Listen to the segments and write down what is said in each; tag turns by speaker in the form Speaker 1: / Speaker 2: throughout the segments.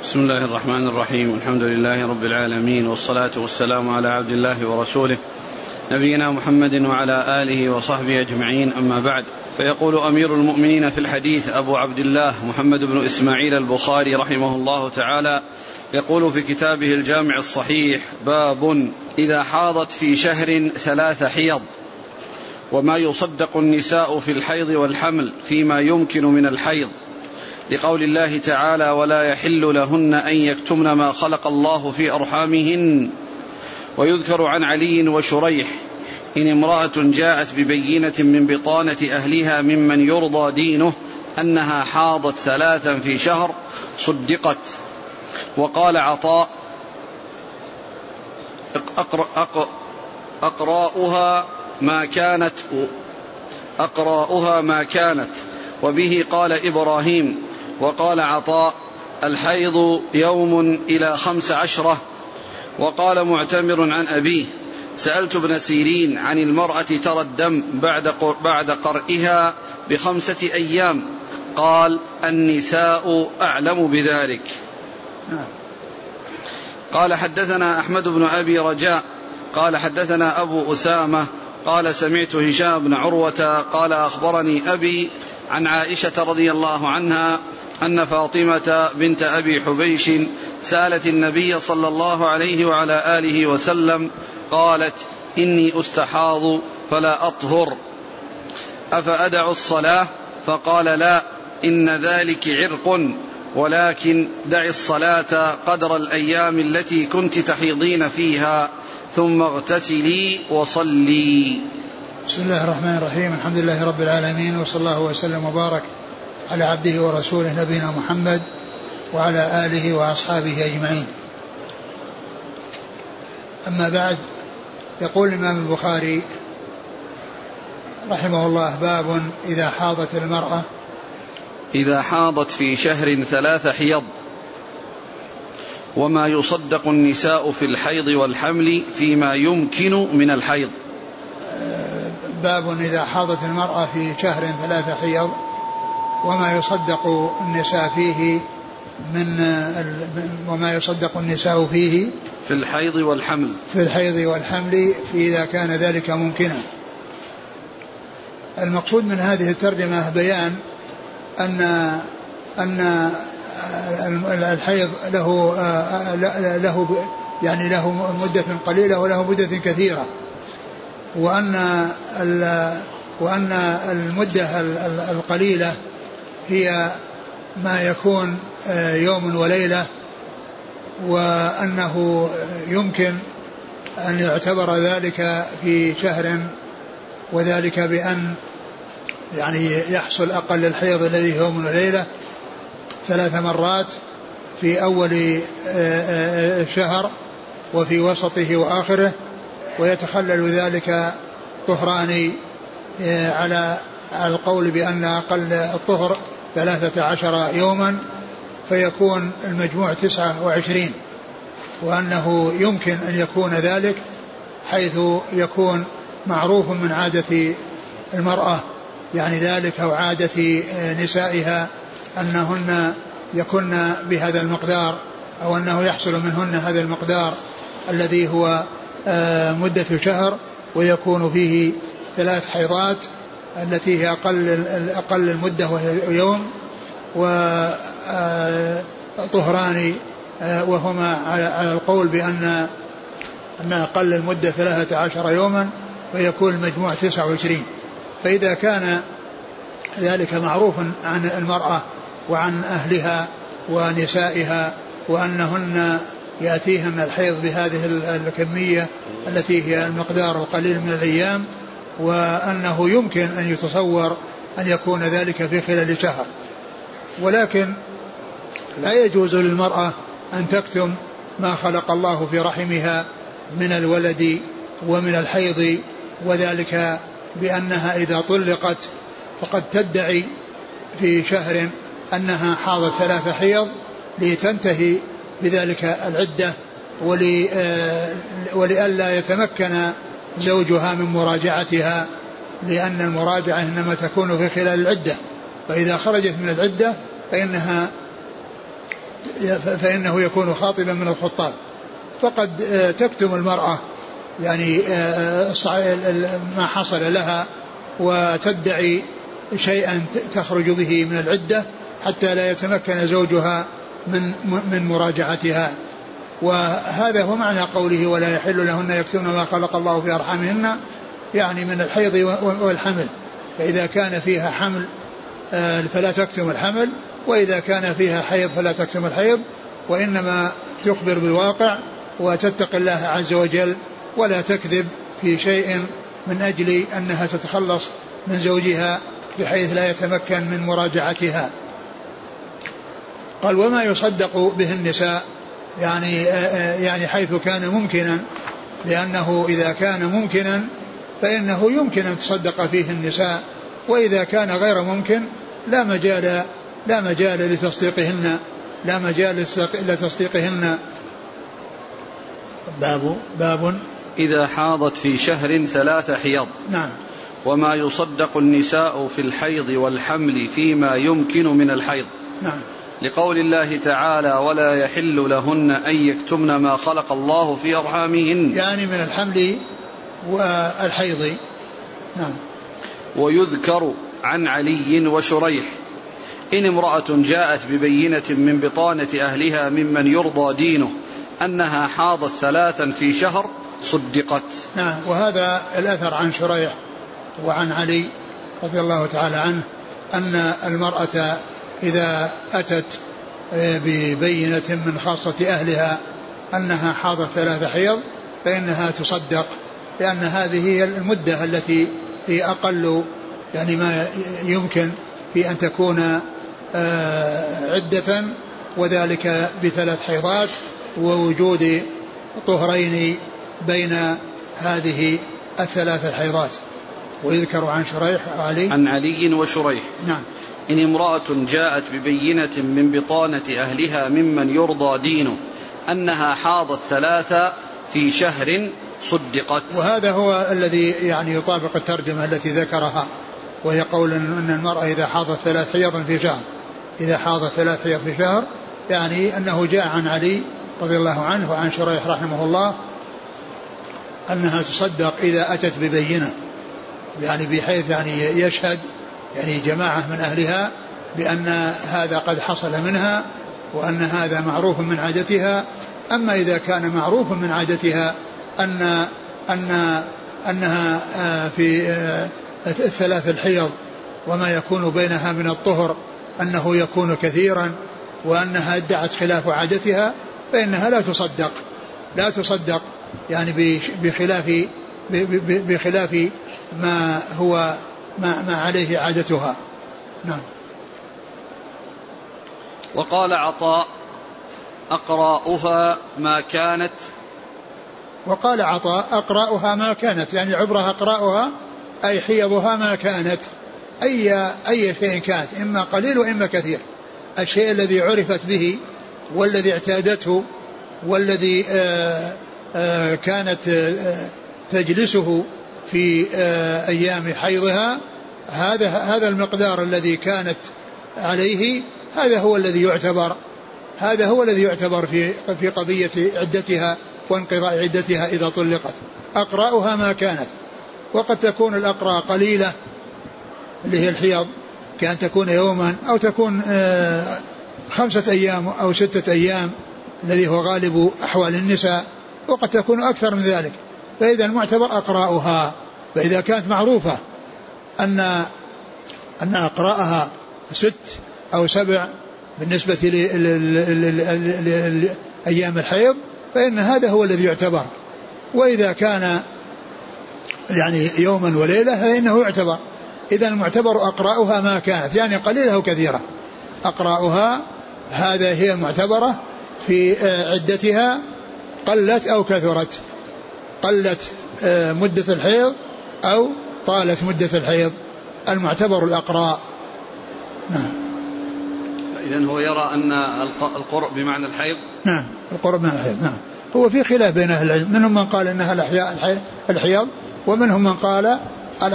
Speaker 1: بسم الله الرحمن الرحيم. الحمد لله رب العالمين، والصلاة والسلام على عبد الله ورسوله نبينا محمد وعلى آله وصحبه أجمعين، أما بعد. فيقول أمير المؤمنين في الحديث أبو عبد الله محمد بن إسماعيل البخاري رحمه الله تعالى، يقول في كتابه الجامع الصحيح: باب إذا حاضت في شهر 3 حيض، وما يصدق النساء في الحيض والحمل فيما يمكن من الحيض، لقول الله تعالى: ولا يحل لهن أن يكتمن ما خلق الله في أرحامهن. ويذكر عن علي وشريح: إن امرأة جاءت ببينة من بطانة أهلها ممن يرضى دينه أنها حاضت 3 في شهر صدقت. وقال عطاء: أقراؤها ما كانت. وبه قال إبراهيم. وقال عطاء: الحيض يوم إلى 15. وقال معتمر عن أبيه: سألت ابن سيرين عن المرأة ترى الدم بعد قرئها ب5 أيام، قال: النساء أعلم بذلك. قال: حدثنا أحمد بن أبي رجاء قال: حدثنا أبو أسامة قال: سمعت هشام بن عروة قال: أخبرني أبي عن عائشة رضي الله عنها أن فاطمة بنت أبي حبيش سألت النبي صلى الله عليه وعلى آله وسلم، قالت: إني أستحاض فلا أطهر، أفأدع الصلاة؟ فقال: لا، إن ذلك عرق، ولكن دع الصلاة قدر الأيام التي كنت تحيضين فيها، ثم اغتسلي وصلي.
Speaker 2: بسم الله الرحمن الرحيم. الحمد لله رب العالمين، وصلى الله وسلم وبارك على عبده ورسوله نبينا محمد وعلى آله وأصحابه أجمعين. أما بعد، يقول الإمام البخاري رحمه الله: باب إذا حاضت المرأة
Speaker 1: إذا حاضت في شهر 3 حيض، وما يصدق النساء في الحيض والحمل فيما يمكن من الحيض.
Speaker 2: باب إذا حاضت المرأة في شهر 3 حيض، وما يصدق النساء فيه وما يصدق النساء فيه
Speaker 1: في الحيض والحمل
Speaker 2: في إذا كان ذلك ممكنا. المقصود من هذه الترجمة بيان أن الحيض له مدة قليلة وله مدة كثيرة، وأن المدة القليلة هي ما يكون يوم وليلة، وأنه يمكن أن يعتبر ذلك في شهر، وذلك بأن يحصل أقل الحيض الذي هو يوم وليلة 3 مرات في أول الشهر وفي وسطه وآخره، ويتخلل ذلك طهران على القول بأن أقل الطهر 13 يوما، فيكون المجموع 29، وأنه يمكن أن يكون ذلك حيث يكون معروف من عادة المرأة ذلك، أو عادة نسائها أنهن يكن بهذا المقدار، أو أنه يحصل منهن هذا المقدار الذي هو مدة شهر، ويكون فيه 3 حيضات التي هي أقل المدة وهي يوم، وطهران وهما على القول بأن أقل المدة 13 يوما، ويكون المجموع 29. فإذا كان ذلك معروفا عن المرأة وعن أهلها ونسائها، وأنهن يأتيهن الحيض بهذه الكمية التي هي المقدار القليل من الأيام، وأنه يمكن أن يتصور أن يكون ذلك في خلال شهر، ولكن لا يجوز للمرأة أن تكتم ما خلق الله في رحمها من الولد ومن الحيض، وذلك بأنها إذا طلقت فقد تدعي في شهر أنها حاضت 3 حيض لتنتهي بذلك العدة، ولئلا يتمكن زوجها من مراجعتها، لأن المراجعة إنما تكون في خلال العدة، فإذا خرجت من العدة فإنها فإنه يكون خاطبا من الخطاب. فقد تكتم المرأة يعني ما حصل لها وتدعي شيئا تخرج به من العدة حتى لا يتمكن زوجها من مراجعتها. وهذا هو معنى قوله ولا يحل لهن يكتمن ما خلق الله في أرحامهن، يعني من الحيض والحمل. فإذا كان فيها حمل فلا تكتم الحمل، وإذا كان فيها حيض فلا تكتم الحيض، وإنما تخبر بالواقع وتتقي الله عز وجل ولا تكذب في شيء من أجل أنها تتخلص من زوجها بحيث لا يتمكن من مراجعتها. قال وما يصدق به النساء، يعني حيث كان ممكنا، لأنه إذا كان ممكنا فإنه يمكن أن تصدق فيه النساء، وإذا كان غير ممكن لا مجال لتصديقهن. باب
Speaker 1: إذا حاضت في شهر 3 حيض.
Speaker 2: نعم.
Speaker 1: وما يصدق النساء في الحيض والحمل فيما يمكن من الحيض.
Speaker 2: نعم.
Speaker 1: لقول الله تعالى ولا يحل لهن أن يكتمن ما خلق الله في أرحامهن،
Speaker 2: يعني من الحمل والحيض. نعم.
Speaker 1: ويذكر عن علي وشريح إن امرأة جاءت ببينة من بطانة أهلها ممن يرضى دينه أنها حاضت 3 في شهر صدقت.
Speaker 2: نعم. وهذا الأثر عن شريح وعن علي رضي الله تعالى عنه أن المرأة إذا أتت ببينة من خاصة أهلها أنها حاضت 3 حيض فإنها تصدق، لأن هذه هي المدة التي في أقل يعني ما يمكن في أن تكون عدة، وذلك ب3 حيضات ووجود طهرين بين هذه ال3 الحيضات. ويذكر عن شريح
Speaker 1: عن علي وشريح.
Speaker 2: نعم.
Speaker 1: إن امرأة جاءت ببينة من بطانة أهلها ممن يرضى دينه أنها حاضت 3 في شهر صدقت.
Speaker 2: وهذا هو الذي يعني يطابق الترجمة التي ذكرها، وهي قول أن المرأة إذا حاضت 3 حيض في شهر، إذا حاضت 3 حيض في شهر، يعني أنه جاء عن علي رضي الله عنه وعن شريح رحمه الله أنها تصدق إذا أتت ببينة، يعني بحيث يعني يشهد يعني جماعة من أهلها بأن هذا قد حصل منها وأن هذا معروف من عادتها. أما إذا كان معروف من عادتها أنها في 3 الحيض وما يكون بينها من الطهر أنه يكون كثيرا وأنها ادعت خلاف عادتها فإنها لا تصدق يعني بخلاف ما هو ما عليه عادتها. نعم.
Speaker 1: وقال عطاء أقراؤها ما كانت.
Speaker 2: وقال عطاء أقراؤها ما كانت، يعني عبرها أقراؤها أي حيضها ما كانت، أي شيء كانت، إما قليل وإما كثير. الشيء الذي عرفت به والذي اعتادته والذي كانت تجلسه في أيام حيضها، هذا المقدار الذي كانت عليه، هذا هو الذي يعتبر في قضية عدتها وانقضاء عدتها إذا طلقت. أقراؤها ما كانت. وقد تكون الأقراء قليلة اللي هي الحيض، كأن تكون يوما أو تكون 5 أيام أو 6 أيام الذي هو غالب أحوال النساء، وقد تكون أكثر من ذلك. فإذا المعتبر أقراؤها، فإذا كانت معروفة أن أقراءها 6 أو 7 بالنسبة لأيام الحيض فإن هذا هو الذي يعتبر. وإذا كان يعني يوما وليلة فإنه يعتبر. إذا المعتبر أقراؤها ما كانت، يعني قليلة أو كثيرة. أقراؤها هذا هي المعتبرة في عدتها، قلت أو كثرت، قلت مدة الحيض أو طالت مدة الحيض، المعتبر الأقراء. نعم.
Speaker 1: إذن هو يرى أن القرء بمعنى الحيض.
Speaker 2: نعم، القرء بمعنى الحيض. نعم. هو في خلاف بين أهل العلم، منهم من قال إنها الحيض، ومنهم من قال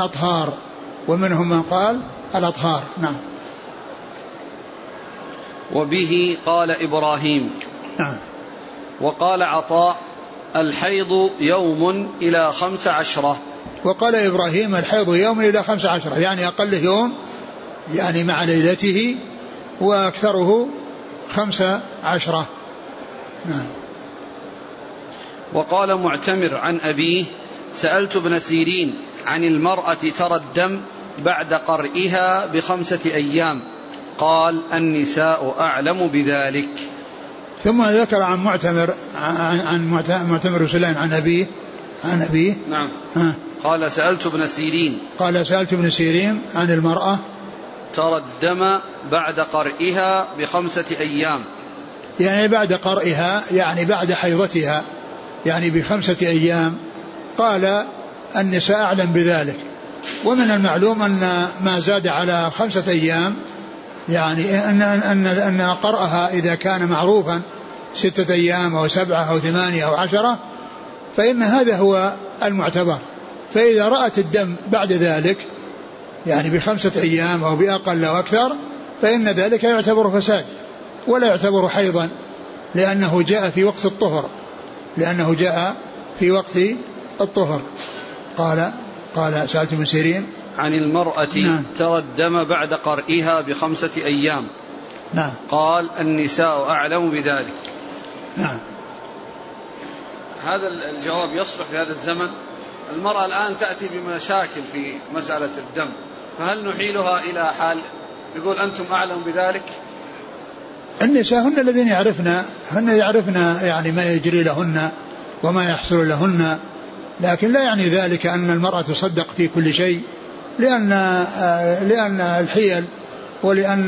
Speaker 2: الأطهار، ومنهم من قال الأطهار. نعم.
Speaker 1: وبه قال إبراهيم.
Speaker 2: نعم.
Speaker 1: وقال عطاء: الحيض يوم إلى 15.
Speaker 2: وقال إبراهيم: الحيض يوم إلى 15، يعني أقل يوم يعني مع ليلته، وأكثره 15. نعم.
Speaker 1: وقال معتمر عن أبيه: سألت ابن سيرين عن المرأة ترى الدم بعد قرئها ب5 أيام، قال: النساء أعلم بذلك.
Speaker 2: ثم ذكر عن معتمر سليم عن أبيه.
Speaker 1: نعم. قال: سألت ابن سيرين
Speaker 2: عن المرأة
Speaker 1: ترى الدم بعد قرئها ب5 أيام،
Speaker 2: يعني بعد قرئها، يعني بعد حيضتها، يعني ب5 أيام. قال: النساء أعلم بذلك. ومن المعلوم أن ما زاد على 5 أيام، يعني أن قرأها إذا كان معروفا 6 أيام أو 7 أو 8 أو 10، فإن هذا هو المعتبر. فإذا رأت الدم بعد ذلك، يعني ب5 أيام أو بأقل أو أكثر، فإن ذلك يعتبر فساد ولا يعتبر حيضا، لأنه جاء في وقت الطهر. قال: سألت ابن سيرين
Speaker 1: عن المرأة
Speaker 2: نعم.
Speaker 1: ترى الدم بعد قرئها ب5 أيام.
Speaker 2: نعم.
Speaker 1: قال: النساء أعلم بذلك.
Speaker 2: نعم.
Speaker 1: هذا الجواب يصلح في هذا الزمن. المرأة الآن تأتي بمشاكل في مسألة الدم، فهل نحيلها إلى حال يقول أنتم أعلم بذلك؟
Speaker 2: النساء هن الذين يعرفن يعني ما يجري لهن وما يحصل لهن، لكن لا يعني ذلك أن المرأة تصدق في كل شيء، لأن الحيل ولأن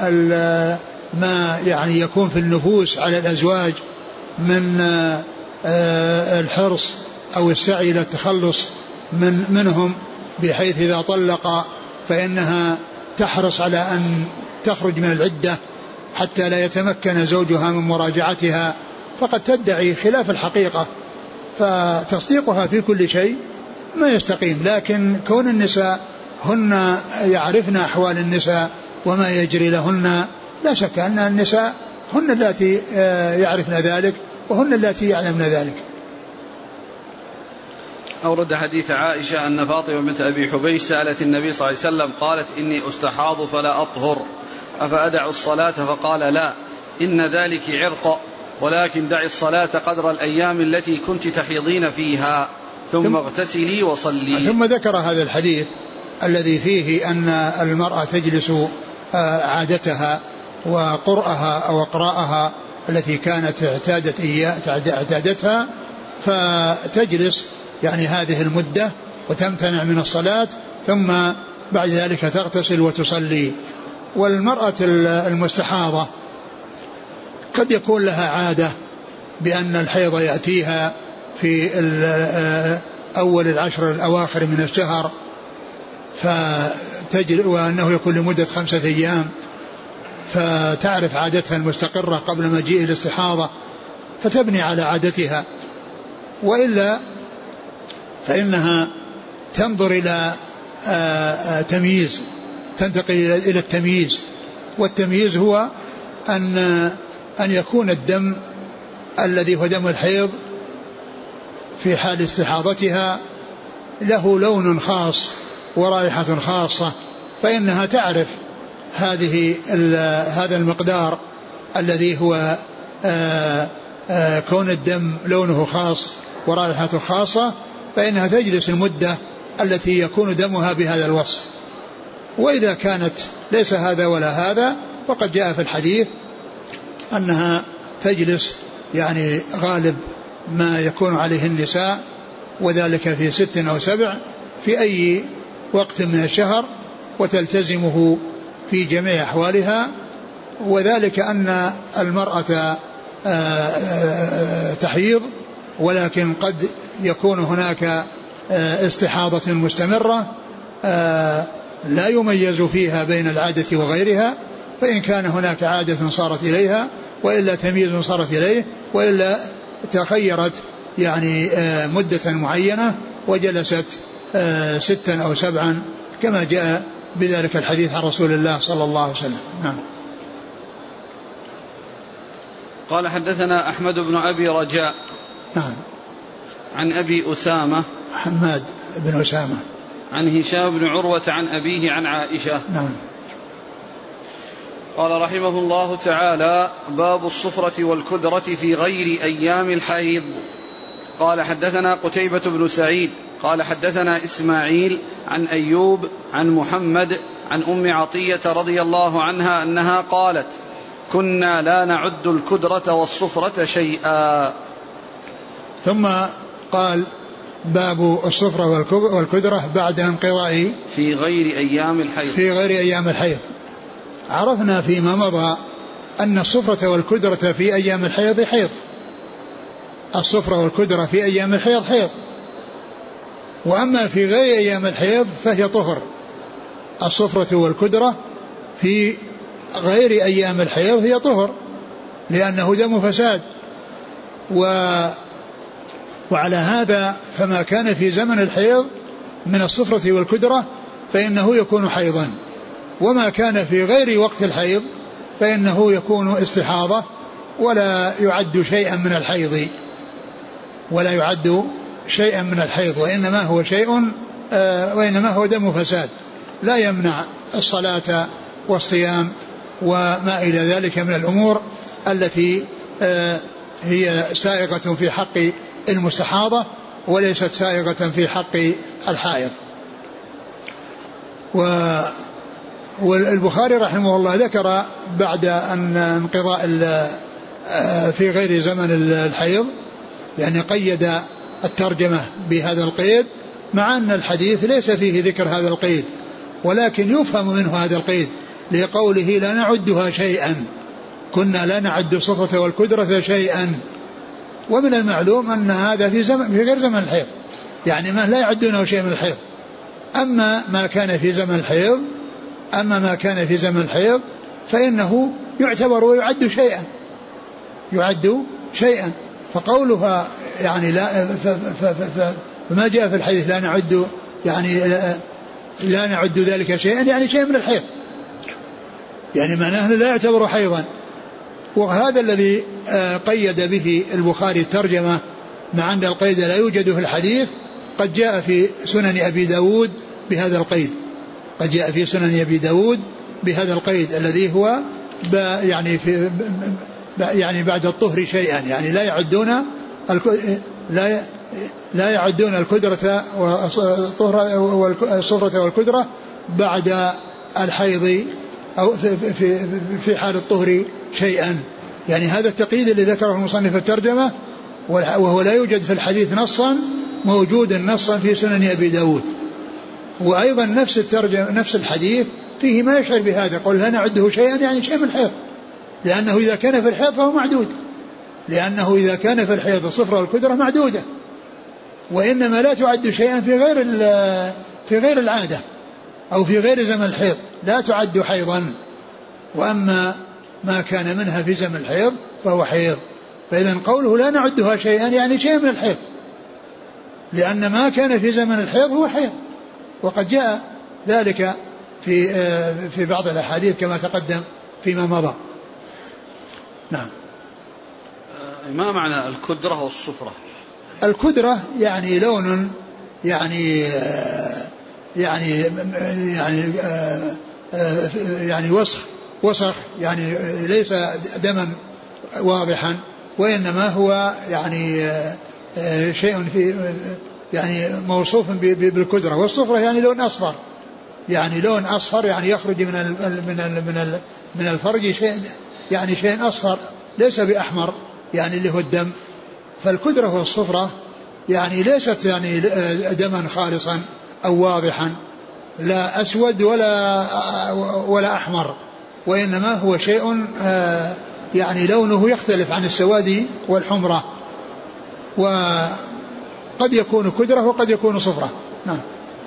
Speaker 2: ما يعني يكون في النفوس على الأزواج من الحرص أو السعي إلى التخلص منهم، بحيث إذا طلق فإنها تحرص على أن تخرج من العدة حتى لا يتمكن زوجها من مراجعتها، فقد تدعي خلاف الحقيقة، فتصديقها في كل شيء ما يستقيم. لكن كون النساء هن يعرفن أحوال النساء وما يجري لهن، لا شك أن النساء هن التي يعرفن ذلك وهن التي يعلمن ذلك.
Speaker 1: أورد حديث عائشة أن فاطمة بنت أبي حبيش سألت النبي صلى الله عليه وسلم قالت: إني أستحاض فلا أطهر أفأدع الصلاة؟ فقال: لا، إن ذلك عرق، ولكن دعي الصلاة قدر الأيام التي كنت تحيضين فيها، ثم اغتسلي وصلي.
Speaker 2: ثم ذكر هذا الحديث الذي فيه أن المرأة تجلس عادتها وقرأها أو أقراءها التي كانت اعتادتها، فتجلس يعني هذه المدة وتمتنع من الصلاة، ثم بعد ذلك تغتسل وتصلي. والمرأة المستحاضة قد يكون لها عادة بأن الحيض يأتيها في أول 10 الأواخر من الشهر، وأنه يكون لمدة 5 أيام، فتعرف عادتها المستقرة قبل مجيء الاستحاضة فتبني على عادتها، وإلا فإنها تنظر إلى تمييز، تنتقل إلى التمييز. والتمييز هو أن يكون الدم الذي هو دم الحيض في حال استحاضتها له لون خاص ورائحة خاصة، فإنها تعرف هذا المقدار الذي هو كون الدم لونه خاص ورائحة خاصة، فإنها تجلس المدة التي يكون دمها بهذا الوصف. وإذا كانت ليس هذا ولا هذا، فقد جاء في الحديث أنها تجلس يعني غالب ما يكون عليه النساء، وذلك في 6 أو 7 في أي وقت من الشهر، وتلتزمه في جميع أحوالها. وذلك أن المرأة تحيض، ولكن قد يكون هناك استحاضة مستمرة لا يميز فيها بين العادة وغيرها، فإن كان هناك عادة صارت إليها، وإلا تمييز صارت إليه، وإلا تخيرت يعني مدة معينة وجلست 6 أو 7 كما جاء بذلك الحديث عن رسول الله صلى الله عليه وسلم. نعم.
Speaker 1: قال حدثنا أحمد بن أبي رجاء.
Speaker 2: نعم.
Speaker 1: عن أبي أسامة
Speaker 2: حماد بن أسامة.
Speaker 1: عن هشام بن عروة عن أبيه عن عائشة.
Speaker 2: نعم.
Speaker 1: قال رحمه الله تعالى: باب الصفرة والكدرة في غير أيام الحيض. قال حدثنا قتيبة بن سعيد قال حدثنا إسماعيل عن أيوب عن محمد عن أم عطية رضي الله عنها أنها قالت: كنا لا نعد الكدرة والصفرة شيئا.
Speaker 2: ثم قال: باب الصفرة والكدرة بعد انقضاء
Speaker 1: في غير أيام الحيض.
Speaker 2: في غير أيام الحيض. عرفنا فيما مضى أن الصفرة والكدرة في أيام الحيض حيض. الصفرة والكدرة في أيام الحيض حيض، وأما في غير أيام الحيض فهي طهر. الصفرة والكدرة في غير أيام الحيض هي طهر، لأنه دم فساد. وعلى هذا فما كان في زمن الحيض من الصفرة والكدرة فإنه يكون حيضا، وما كان في غير وقت الحيض فإنه يكون استحاضة ولا يعد شيئا من الحيض، وإنما هو دم فساد لا يمنع الصلاة والصيام وما إلى ذلك من الأمور التي هي سائغة في حق المستحاضة وليست سائغة في حق الحائض. والبخاري رحمه الله ذكر بعد أن انقضاء في غير زمن الحيض، يعني قيد الترجمة بهذا القيد، مع أن الحديث ليس فيه ذكر هذا القيد، ولكن يفهم منه هذا القيد لقوله لا نعدها شيئا، كنا لا نعد الصفرة والكدرة شيئا. ومن المعلوم أن هذا في غير زمن الحيض، يعني ما لا يعدونه شيء من الحيض. أما ما كان في زمن الحيض فإنه يعتبر ويعد شيئا. فقولها يعني فما جاء في الحديث لا نعد، يعني لا نعد ذلك شيئا، يعني شيء من الحيض، يعني معناه لا يعتبر حيضا. وهذا الذي قيد به البخاري الترجمة، مع أن القيد لا يوجد في الحديث. قد جاء في سنن أبي داود بهذا القيد، بهذا القيد الذي هو يعني بعد الطهر شيئا، يعني لا يعدون الكدرة والصفرة والكدرة بعد الحيض أو في حال الطهر شيئا. يعني هذا التقييد اللي ذكره المصنف الترجمة، وهو لا يوجد في الحديث نصا، موجود نصا في سنن أبي داود. وأيضا نفس الحديث فيه ما يشعر بهذا، قل لا نعده شيئا، يعني شيء من الحيض، لأنه إذا كان في الحيض فهو معدود، لأنه إذا كان في الحيض الصفرة والكدرة معدودة، وإنما لا تعد شيئا في غير العادة أو في غير زمن الحيض، لا تعد حيضا. وأما ما كان منها في زمن الحيض فهو حيض. فإذا قوله لا نعدها شيئا يعني شيء من الحيض، لأن ما كان في زمن الحيض هو حيض، وقد جاء ذلك في بعض الأحاديث كما تقدم فيما مضى. نعم.
Speaker 1: ما معنى الكدرة والصفرة؟
Speaker 2: الكدرة يعني لون، يعني وسخ، يعني ليس دما واضحا، وإنما هو يعني شيء في يعني موصوف بالكدرة. والصفرة يعني لون أصفر، يعني يخرج من الفرج شيء، يعني شيء أصفر ليس بأحمر، يعني اللي هو الدم. فالكدرة والصفرة يعني ليست يعني دما خالصا أو واضحا، لا أسود ولا أحمر، وإنما هو شيء يعني لونه يختلف عن السواد والحمرة، وقد يكون كدرة وقد يكون صفرة. نعم.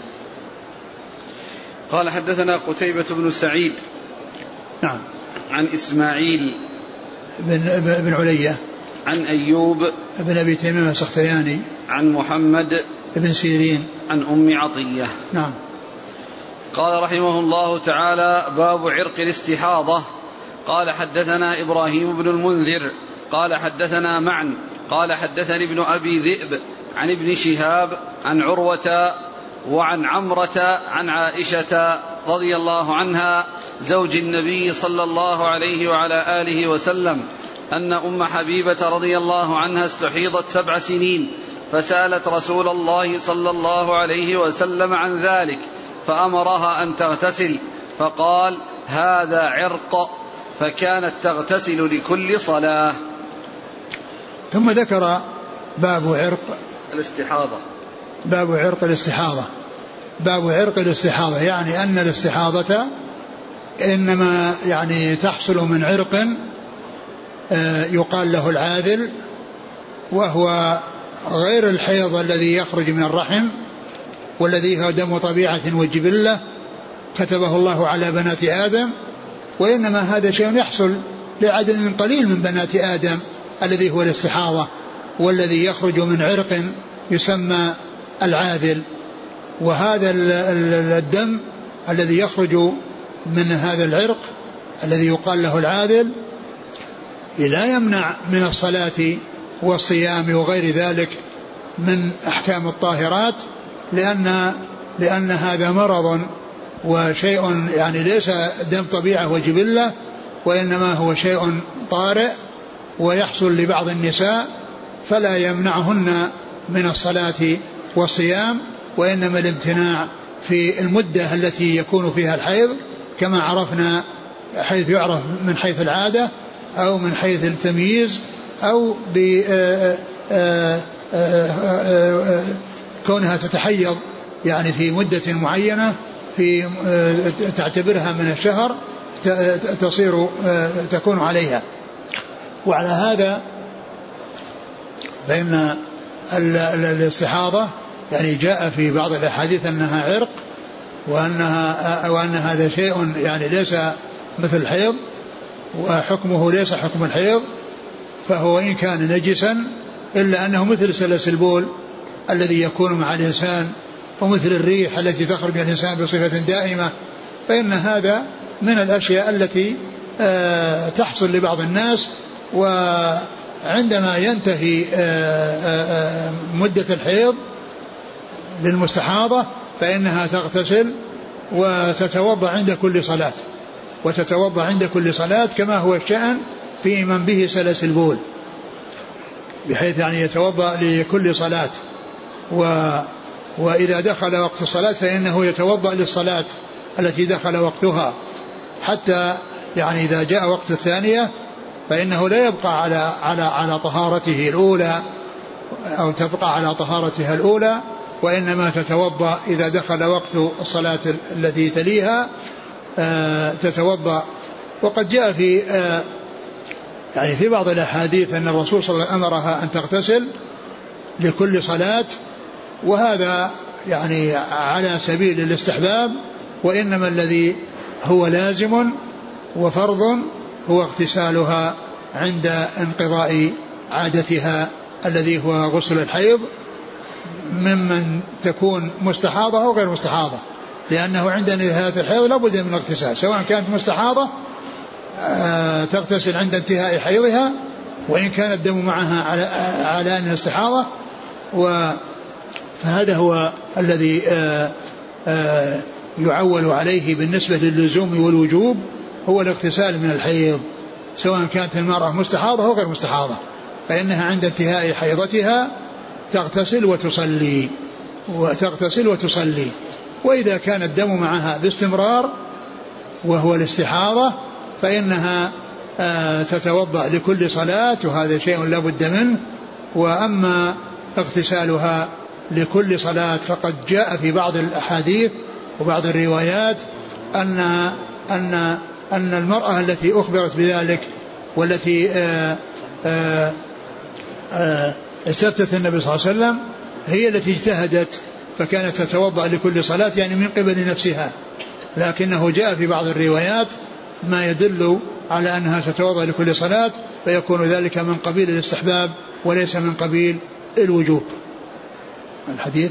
Speaker 1: قال حدثنا قتيبة بن سعيد.
Speaker 2: نعم.
Speaker 1: عن إسماعيل
Speaker 2: بن علية.
Speaker 1: عن أيوب
Speaker 2: بن أبي تميم السختياني.
Speaker 1: عن محمد
Speaker 2: بن سيرين.
Speaker 1: عن أم عطية.
Speaker 2: نعم.
Speaker 1: قال رحمه الله تعالى: باب عرق الاستحاضة. قال حدثنا إبراهيم بن المنذر قال حدثنا معن قال حدثني ابن أبي ذئب عن ابن شهاب عن عروة وعن عمرة عن عائشة رضي الله عنها زوج النبي صلى الله عليه وعلى آله وسلم أن أم حبيبة رضي الله عنها استحيضت 7 سنين فسألت رسول الله صلى الله عليه وسلم عن ذلك فأمرها أن تغتسل فقال هذا عرق فكانت تغتسل لكل صلاة.
Speaker 2: ثم ذكر باب عرق
Speaker 1: الاستحاضة.
Speaker 2: باب عرق الاستحاضة. باب عرق الاستحاضة يعني أن الاستحاضة إنما يعني تحصل من عرق يقال له العاذل، وهو غير الحيض الذي يخرج من الرحم والذي هو دم طبيعة وجبلة كتبه الله على بنات آدم، وإنما هذا شيء يحصل لعدد قليل من بنات آدم الذي هو الاستحاضة والذي يخرج من عرق يسمى العاذل. وهذا الدم الذي يخرج من هذا العرق الذي يقال له العاذل لا يمنع من الصلاة والصيام وغير ذلك من أحكام الطاهرات، لأن هذا مرض وشيء يعني ليس دم طبيعة وجبلة، وإنما هو شيء طارئ ويحصل لبعض النساء فلا يمنعهن من الصلاة والصيام، وإنما الامتناع في المدة التي يكون فيها الحيض كما عرفنا، حيث يعرف من حيث العادة أو من حيث التمييز أو كونها تتحيض يعني في مدة معينة في تعتبرها من الشهر تكون عليها. وعلى هذا فإن الاستحاضة يعني جاء في بعض الأحاديث أنها عرق وأن هذا شيء يعني ليس مثل الحيض وحكمه ليس حكم الحيض، فهو إن كان نجسا إلا أنه مثل سلس البول الذي يكون مع الإنسان ومثل الريح التي تخرج من الإنسان بصفة دائمة، فإن هذا من الأشياء التي تحصل لبعض الناس، وعندما ينتهي مدة الحيض للمستحاضة فإنها تغتسل وتتوضأ عند كل صلاة كما هو الشأن في من به سلس البول، بحيث يعني يتوضأ لكل صلاة، وإذا دخل وقت الصلاة فإنه يتوضأ للصلاة التي دخل وقتها، حتى يعني إذا جاء وقت الثانية فإنه لا يبقى على طهارته الأولى أو تبقى على طهارتها الأولى، وإنما تتوضأ إذا دخل وقت الصلاة التي تليها تتوضأ. وقد جاء في يعني في بعض الأحاديث أن الرسول صلى الله عليه وسلم أمرها أن تغتسل لكل صلاة، وهذا يعني على سبيل الاستحباب، وإنما الذي هو لازم وفرض هو اغتسالها عند انقضاء عادتها الذي هو غسل الحيض، ممن تكون مستحاضة أو غير مستحاضة، لأنه عند نهاية الحيض لا بد من الاغتسال، سواء كانت مستحاضة تغتسل عند انتهاء حيضها وإن كان الدم معها على أنها استحاضة. فهذا هو الذي يعول عليه بالنسبة للزوم والوجوب، هو الاغتسال من الحيض، سواء كانت المرأة مستحاضة أو غير مستحاضة، فإنها عند انتهاء حيضتها تغتسل وتصلي. وإذا كان الدم معها باستمرار وهو الاستحاضة فإنها تتوضأ لكل صلاة، وهذا شيء لا بد منه. وأما اغتسالها لكل صلاة فقد جاء في بعض الأحاديث وبعض الروايات أن المرأة التي أخبرت بذلك والتي استفتت النبي صلى الله عليه وسلم هي التي اجتهدت فكانت تتوضأ لكل صلاة يعني من قبل نفسها، لكنه جاء في بعض الروايات ما يدل على أنها تتوضأ لكل صلاة، فيكون ذلك من قبيل الاستحباب وليس من قبيل الوجوب. الحديث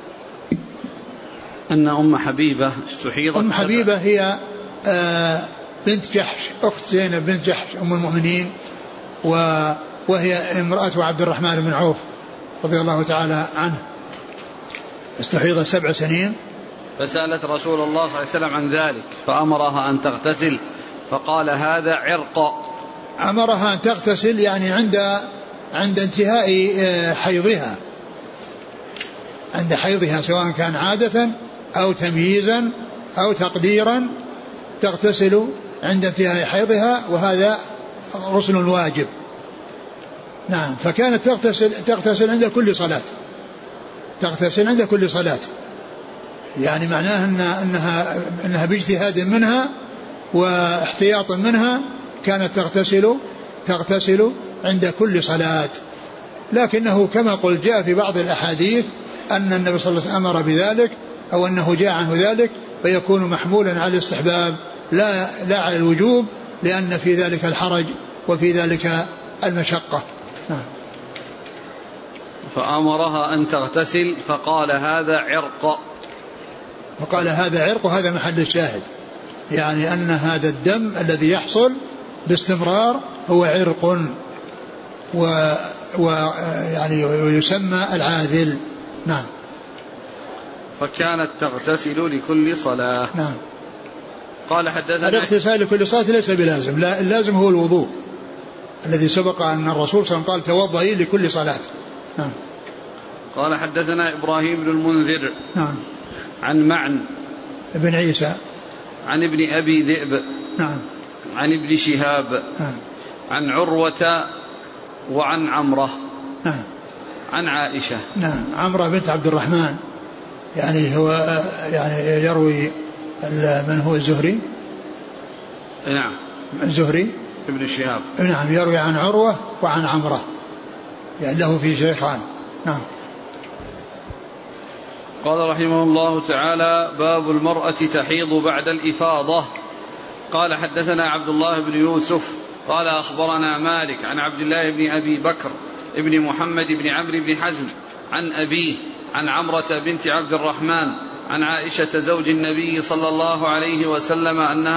Speaker 1: أن أم حبيبة استحيضت.
Speaker 2: أم حبيبة هي بنت جحش، أخت زينب بنت جحش أم المؤمنين، وهي امرأة عبد الرحمن بن عوف رضي الله تعالى عنه، استحيضت 7 سنين.
Speaker 1: فسألت رسول الله صلى الله عليه وسلم عن ذلك فأمرها أن تغتسل فقال هذا عرق.
Speaker 2: أمرها أن تغتسل يعني عند انتهاء حيضها، عند حيضها سواء كان عادة أو تمييزا أو تقديرا، تغتسل عند انتهاء حيضها، وهذا غسل واجب. نعم. فكانت تغتسل عند كل صلاة، تغتسل عند كل صلاة، يعني معناه أنها باجتهاد منها واحتياط منها كانت تغتسل عند كل صلاة. لكنه كما قلت جاء في بعض الأحاديث أن النبي صلى الله عليه وسلم أمر بذلك أو أنه جاء عنه ذلك، فيكون محمولا على الاستحباب لا على الوجوب، لأن في ذلك الحرج وفي ذلك المشقة.
Speaker 1: فأمرها أن تغتسل فقال هذا عرق.
Speaker 2: فقال هذا عرق، وهذا محل الشاهد، يعني أن هذا الدم الذي يحصل باستمرار هو عرق، ويعني ويسمى العاذل. نعم.
Speaker 1: فكانت تغتسل لكل صلاة.
Speaker 2: نعم.
Speaker 1: قال حدثنا
Speaker 2: الاغتسال لكل صلاة ليس بلازم، لا اللازم هو الوضوء الذي سبق أن الرسول صلى الله عليه وسلم قال توضئي لكل صلاة. نعم.
Speaker 1: قال حدثنا إبراهيم بن المنذر.
Speaker 2: نعم.
Speaker 1: عن معن
Speaker 2: ابن عيسى
Speaker 1: عن ابن أبي ذئب.
Speaker 2: نعم.
Speaker 1: عن ابن شهاب.
Speaker 2: نعم.
Speaker 1: عن عروة وعن عمرة.
Speaker 2: نعم.
Speaker 1: عن عائشة.
Speaker 2: نعم. عمرة بنت عبد الرحمن، يعني هو يعني يروي من هو الزهري.
Speaker 1: نعم.
Speaker 2: الزهري
Speaker 1: ابن شهاب.
Speaker 2: نعم. يروي عن عروة وعن عمرة، يعني له في شيخان. نعم.
Speaker 1: قال رحمه الله تعالى باب المرأة تحيض بعد الإفاضة. قال حدثنا عبد الله بن يوسف قال أخبرنا مالك عن عبد الله بن أبي بكر ابن محمد بن عمرو بن حزم عن أبيه عن عمرة بنت عبد الرحمن عن عائشة زوج النبي صلى الله عليه وسلم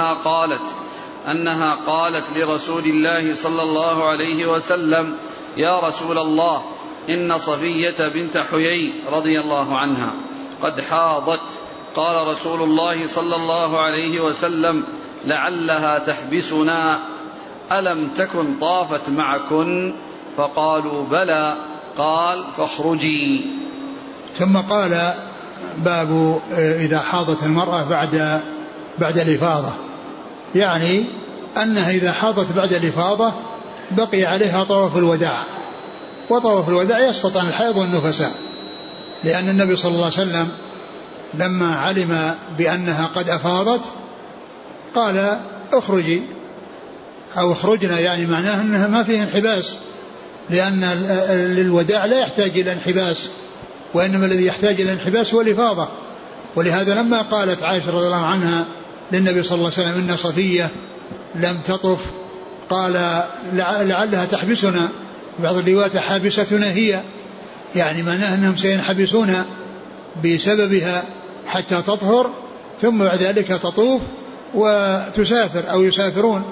Speaker 1: أنها قالت لرسول الله صلى الله عليه وسلم يا رسول الله إن صفية بنت حيي رضي الله عنها قد حاضت. قال رسول الله صلى الله عليه وسلم لعلها تحبسنا، ألم تكن طافت معكن؟ فقالوا بلى. قال فاخرجي.
Speaker 2: ثم قال باب إذا حاضت المرأة بعد الإفاضة، يعني أنها إذا حاضت بعد الإفاضة بقي عليها طواف الوداع، وطواف الوداع يسقط عن الحيض والنفساء، لأن النبي صلى الله عليه وسلم لما علم بأنها قد أفاضت قال اخرجي أو اخرجنا، يعني معناه أنها ما فيه انحباس، لأن الوداع لا يحتاج إلى انحباس، وإنما الذي يحتاج إلى انحباس هو الإفاضة. ولهذا لما قالت عائشة رضي الله عنها للنبي صلى الله عليه وسلم إن صفية لم تطف، قال لعلها تحبسنا، بعض الروايات حابستنا هي، يعني معناه أنهم سينحبسون بسببها حتى تطهر، ثم بعد ذلك تطوف وتسافر أو يسافرون.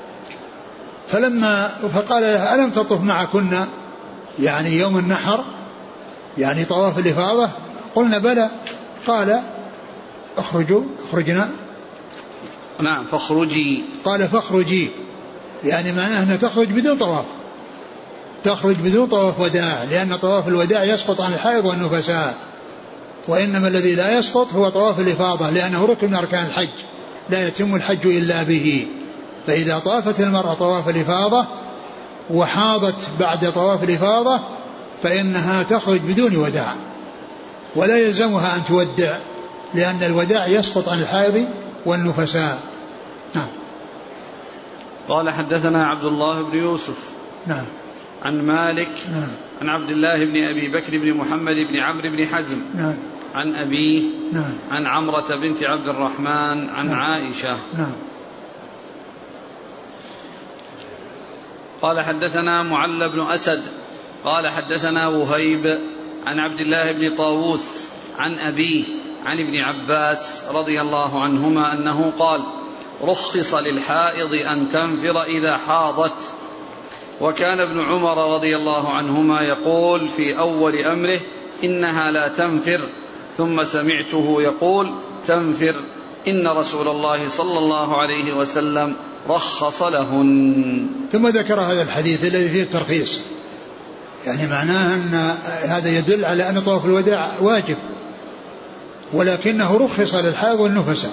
Speaker 2: فقال لها ألم تطف معكن، يعني يوم النحر، يعني طواف الإفاضة؟ قلنا بلى. قال اخرجنا.
Speaker 1: نعم. فاخرجي.
Speaker 2: قال فاخرجي، يعني معناه أنها تخرج بدون طواف، تخرج بدون طواف وداع، لأن طواف الوداع يسقط عن الحائض والنفساء، وإنما الذي لا يسقط هو طواف الإفاضة، لأنه ركن من أركان الحج، لا يتم الحج إلا به. فإذا طافت المرأة طواف الإفاضة وحاضت بعد طواف الإفاضة فإنها تخرج بدون وداع، ولا يلزمها أن تودع، لأن الوداع يسقط عن الحائض والنفساء. نعم.
Speaker 1: قال حدثنا عبد الله بن يوسف.
Speaker 2: نعم.
Speaker 1: عن مالك.
Speaker 2: نعم.
Speaker 1: عن عبد الله بن أبي بكر بن محمد بن عمرو بن حزم.
Speaker 2: نعم.
Speaker 1: عن أبيه.
Speaker 2: نعم.
Speaker 1: عن عمرة بنت عبد الرحمن عن
Speaker 2: نعم.
Speaker 1: عائشة.
Speaker 2: نعم.
Speaker 1: قال حدثنا معل بن أسد قال حدثنا وهيب عن عبد الله بن طاووس عن أبيه عن ابن عباس رضي الله عنهما أنه قال رخص للحائض أن تنفر إذا حاضت، وكان ابن عمر رضي الله عنهما يقول في أول أمره إنها لا تنفر، ثم سمعته يقول تنفر، إن رسول الله صلى الله عليه وسلم رخص لهن.
Speaker 2: ثم ذكر هذا الحديث الذي فيه الترخيص، يعني معناه أن هذا يدل على أن طواف الوداع واجب، ولكنه رخص للحائض والنفساء،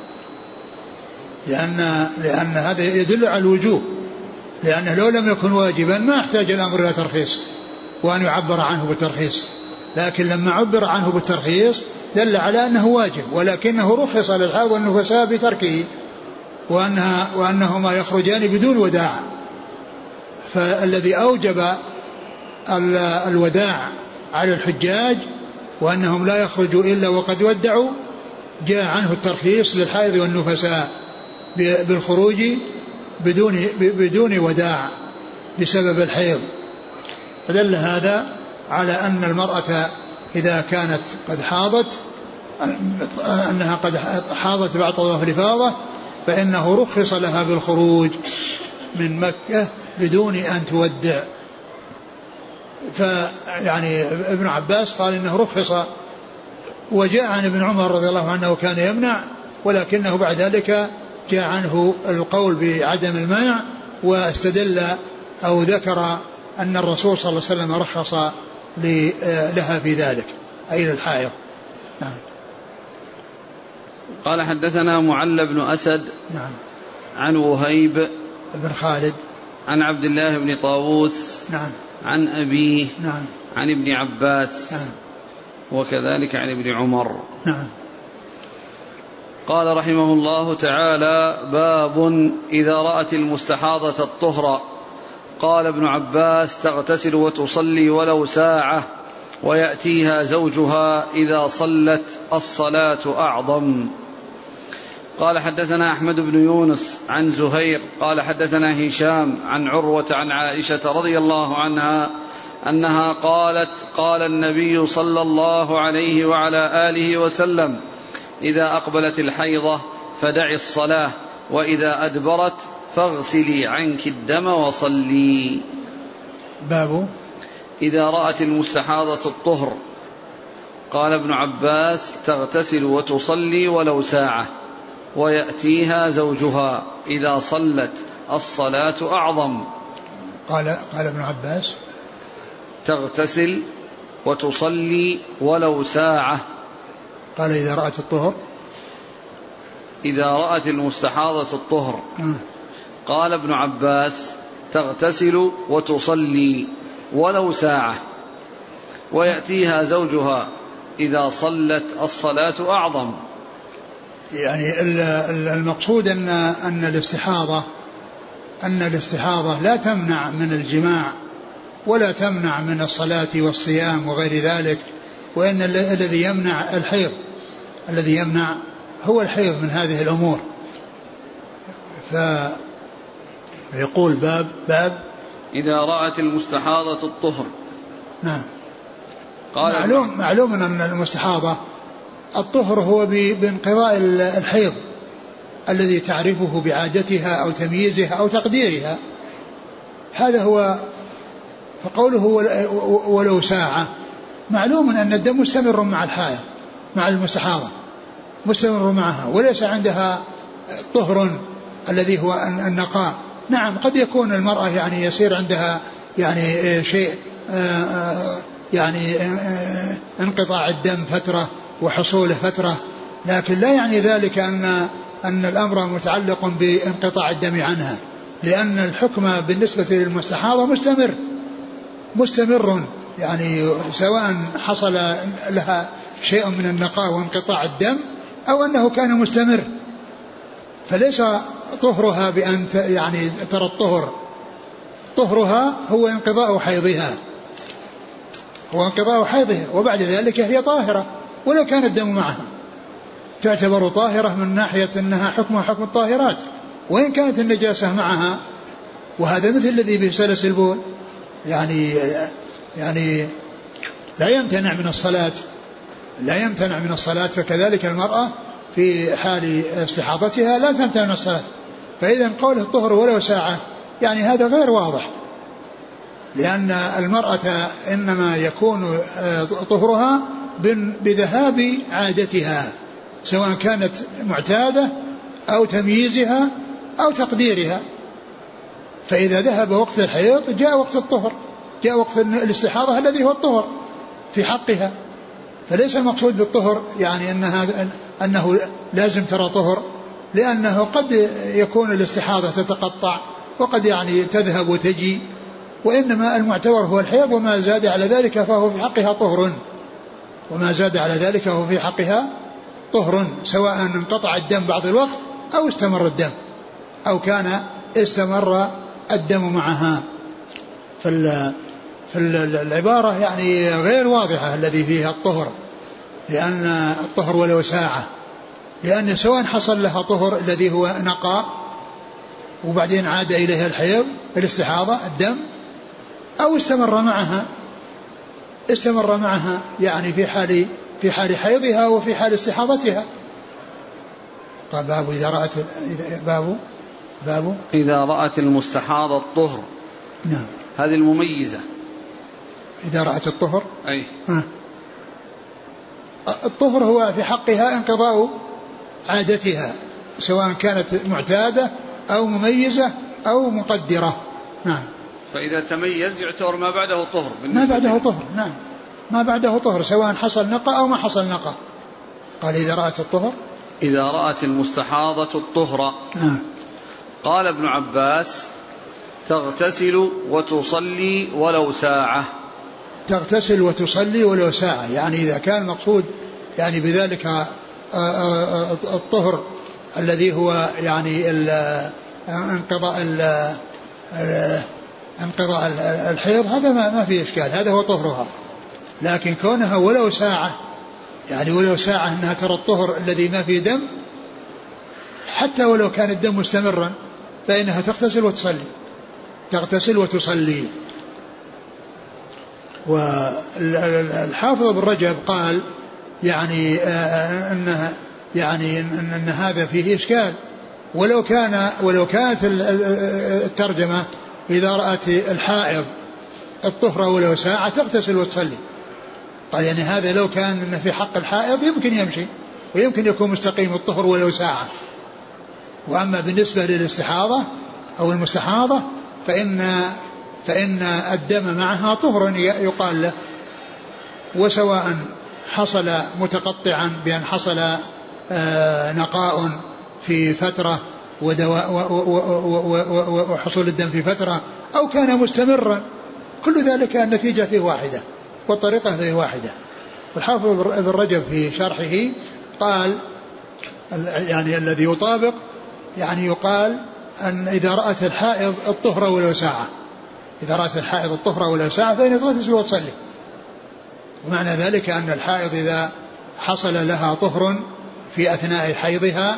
Speaker 2: لأن هذا يدل على الوجوب، لأنه لو لم يكن واجبا ما احتاج الأمر إلى ترخيص وأن يعبر عنه بالترخيص، لكن لما عبر عنه بالترخيص دل على أنه واجب، ولكنه رخص للحائض والنفساء بتركه، وأنهما يخرجان بدون وداع. فالذي أوجب الوداع على الحجاج وأنهم لا يخرجوا إلا وقد ودعوا جاء عنه الترخيص للحائض والنفساء بالخروج بدون وداع بسبب الحيض. فدل هذا على أن المرأة إذا كانت قد حاضت أنها قد حاضت بعد طواف الإفاضة فإنه رخص لها بالخروج من مكة بدون أن تودع. فيعني ابن عباس قال إنه رخص، وجاء عن ابن عمر رضي الله عنه كان يمنع، ولكنه بعد ذلك جاء عنه القول بعدم المنع، واستدل أو ذكر أن الرسول صلى الله عليه وسلم رخص لها في ذلك، أي للحائض. نعم.
Speaker 1: قال حدثنا معل بن أسد.
Speaker 2: نعم.
Speaker 1: عن وهيب
Speaker 2: بن خالد
Speaker 1: عن عبد الله بن طاووس.
Speaker 2: نعم.
Speaker 1: عن أبيه.
Speaker 2: نعم.
Speaker 1: عن ابن عباس.
Speaker 2: نعم.
Speaker 1: وكذلك عن ابن عمر.
Speaker 2: نعم.
Speaker 1: قال رحمه الله تعالى: باب إذا رأت المستحاضة الطهر. قال ابن عباس: تغتسل وتصلي ولو ساعة، ويأتيها زوجها إذا صلت الصلاة أعظم. قال حدثنا أحمد بن يونس عن زهير قال حدثنا هشام عن عروة عن عائشة رضي الله عنها أنها قالت: قال النبي صلى الله عليه وعلى آله وسلم: إذا أقبلت الحيضة فدعي الصلاة، وإذا أدبرت فاغسلي عنك الدم وصلي.
Speaker 2: باب
Speaker 1: إذا رأت المستحاضة الطهر. قال ابن عباس: تغتسل وتصلي ولو ساعة، ويأتيها زوجها إذا صلت الصلاة أعظم.
Speaker 2: قال ابن عباس:
Speaker 1: تغتسل وتصلي ولو ساعة.
Speaker 2: قال إذا رأت الطهر،
Speaker 1: إذا رأت المستحاضة الطهر. قال ابن عباس: تغتسل وتصلي ولو ساعة، ويأتيها زوجها إذا صلت الصلاة أعظم.
Speaker 2: يعني المقصود أن الاستحاضة لا تمنع من الجماع ولا تمنع من الصلاة والصيام وغير ذلك، وإن الذي يمنع الحيض، الذي يمنع هو الحيض من هذه الأمور. فيقول باب
Speaker 1: إذا رأت المستحاضة الطهر.
Speaker 2: نعم.
Speaker 1: قال
Speaker 2: معلوم أن المستحاضة الطهر هو بانقضاء الحيض الذي تعرفه بعادتها أو تمييزها أو تقديرها، هذا هو. فقوله ولو ساعة معلوم أن الدم مستمر مع الحائض، مع المستحاضة مستمر معها، وليس عندها طهر الذي هو النقاء. نعم قد يكون المرأة يعني يصير عندها يعني شيء يعني انقطاع الدم فترة وحصوله فترة، لكن لا يعني ذلك أن الأمر متعلق بانقطاع الدم عنها، لأن الحكم بالنسبة للمستحاضة مستمر، يعني سواء حصل لها شيء من النقاء وانقطاع الدم أو أنه كان مستمر. فليس طهرها بأن يعني ترى الطهر، طهرها هو انقضاء حيضها، وبعد ذلك هي طاهرة ولو كان الدم معها، تعتبر طاهرة من ناحية أنها حكمها حكم الطاهرات وإن كانت النجاسة معها. وهذا مثل الذي به سلس البول، يعني لا يمتنع من الصلاة، فكذلك المرأة في حال استحاضتها لا تمتنع من الصلاة. فإذا قوله الطهر ولو ساعة يعني هذا غير واضح، لأن المرأة إنما يكون طهرها بذهاب عادتها، سواء كانت معتادة أو تمييزها أو تقديرها. فإذا ذهب وقت الحيض جاء وقت الطهر، جاء وقت الاستحاضة الذي هو الطهر في حقها. فليس المقصود بالطهر يعني أنه لازم ترى طهر، لأنه قد يكون الاستحاضة تتقطع وقد يعني تذهب وتجي، وإنما المعتبر هو الحيض، وما زاد على ذلك فهو في حقها طهر، وما زاد على ذلك فهو في حقها طهر، سواء انقطع الدم بعض الوقت أو استمر الدم أو كان استمر الدم معها. فالعبارة يعني غير واضحة الذي فيها الطهر، لأن الطهر ولو ساعة، لأن سواء حصل لها طهر الذي هو نقاء وبعدين عاد إليها الحيض الاستحاضة الدم، أو استمر معها يعني في حال حيضها وفي حال استحاضتها. قال باب
Speaker 1: إذا رأت المستحاضة الطهر.
Speaker 2: نعم.
Speaker 1: هذه المميزة
Speaker 2: إذا رأت الطهر.
Speaker 1: أي.
Speaker 2: الطهر هو في حقها انقضاء عادتها، سواء كانت معتادة أو مميزة أو مقدرة. نعم.
Speaker 1: فإذا تميز يعتبر ما بعده طهر.
Speaker 2: ما بعده طهر. نعم، ما بعده طهر سواء حصل نقى أو ما حصل نقى. قال إذا رأت الطهر.
Speaker 1: إذا رأت المستحاضة الطهر. قال ابن عباس تغتسل وتصلي ولو ساعة.
Speaker 2: تغتسل وتصلي ولو ساعة، يعني إذا كان المقصود يعني بذلك الطهر الذي هو يعني انقضاء الحيض، هذا ما فيه إشكال، هذا هو طهرها. لكن كونها ولو ساعة، يعني ولو ساعة أنها ترى الطهر الذي ما فيه دم، حتى ولو كان الدم مستمرا فإنها تغتسل وتصلي. والحافظ ابن رجب قال يعني أن هذا فيه إشكال، ولو كانت الترجمة إذا رأت الحائض الطهر ولو ساعة تغتسل وتصلي. قال يعني هذا لو كان في حق الحائض يمكن يمشي ويمكن يكون مستقيم الطهر ولو ساعة. وأما بالنسبة للاستحاضة أو المستحاضة فإن الدم معها طهر يقال له، وسواء حصل متقطعا بأن حصل نقاء في فترة وحصول الدم في فترة، أو كان مستمرا، كل ذلك النتيجة فيه واحدة والطريقة فيه واحدة. والحافظ ابن رجب في شرحه قال يعني الذي يطابق يعني يقال أن إذا رأت الحائض الطهر ولو ساعة، إذا رأت الحائض الطهر ولو ساعة فإن تغتسل وتصلي. ومعنى ذلك أن الحائض إذا حصل لها طهر في أثناء حيضها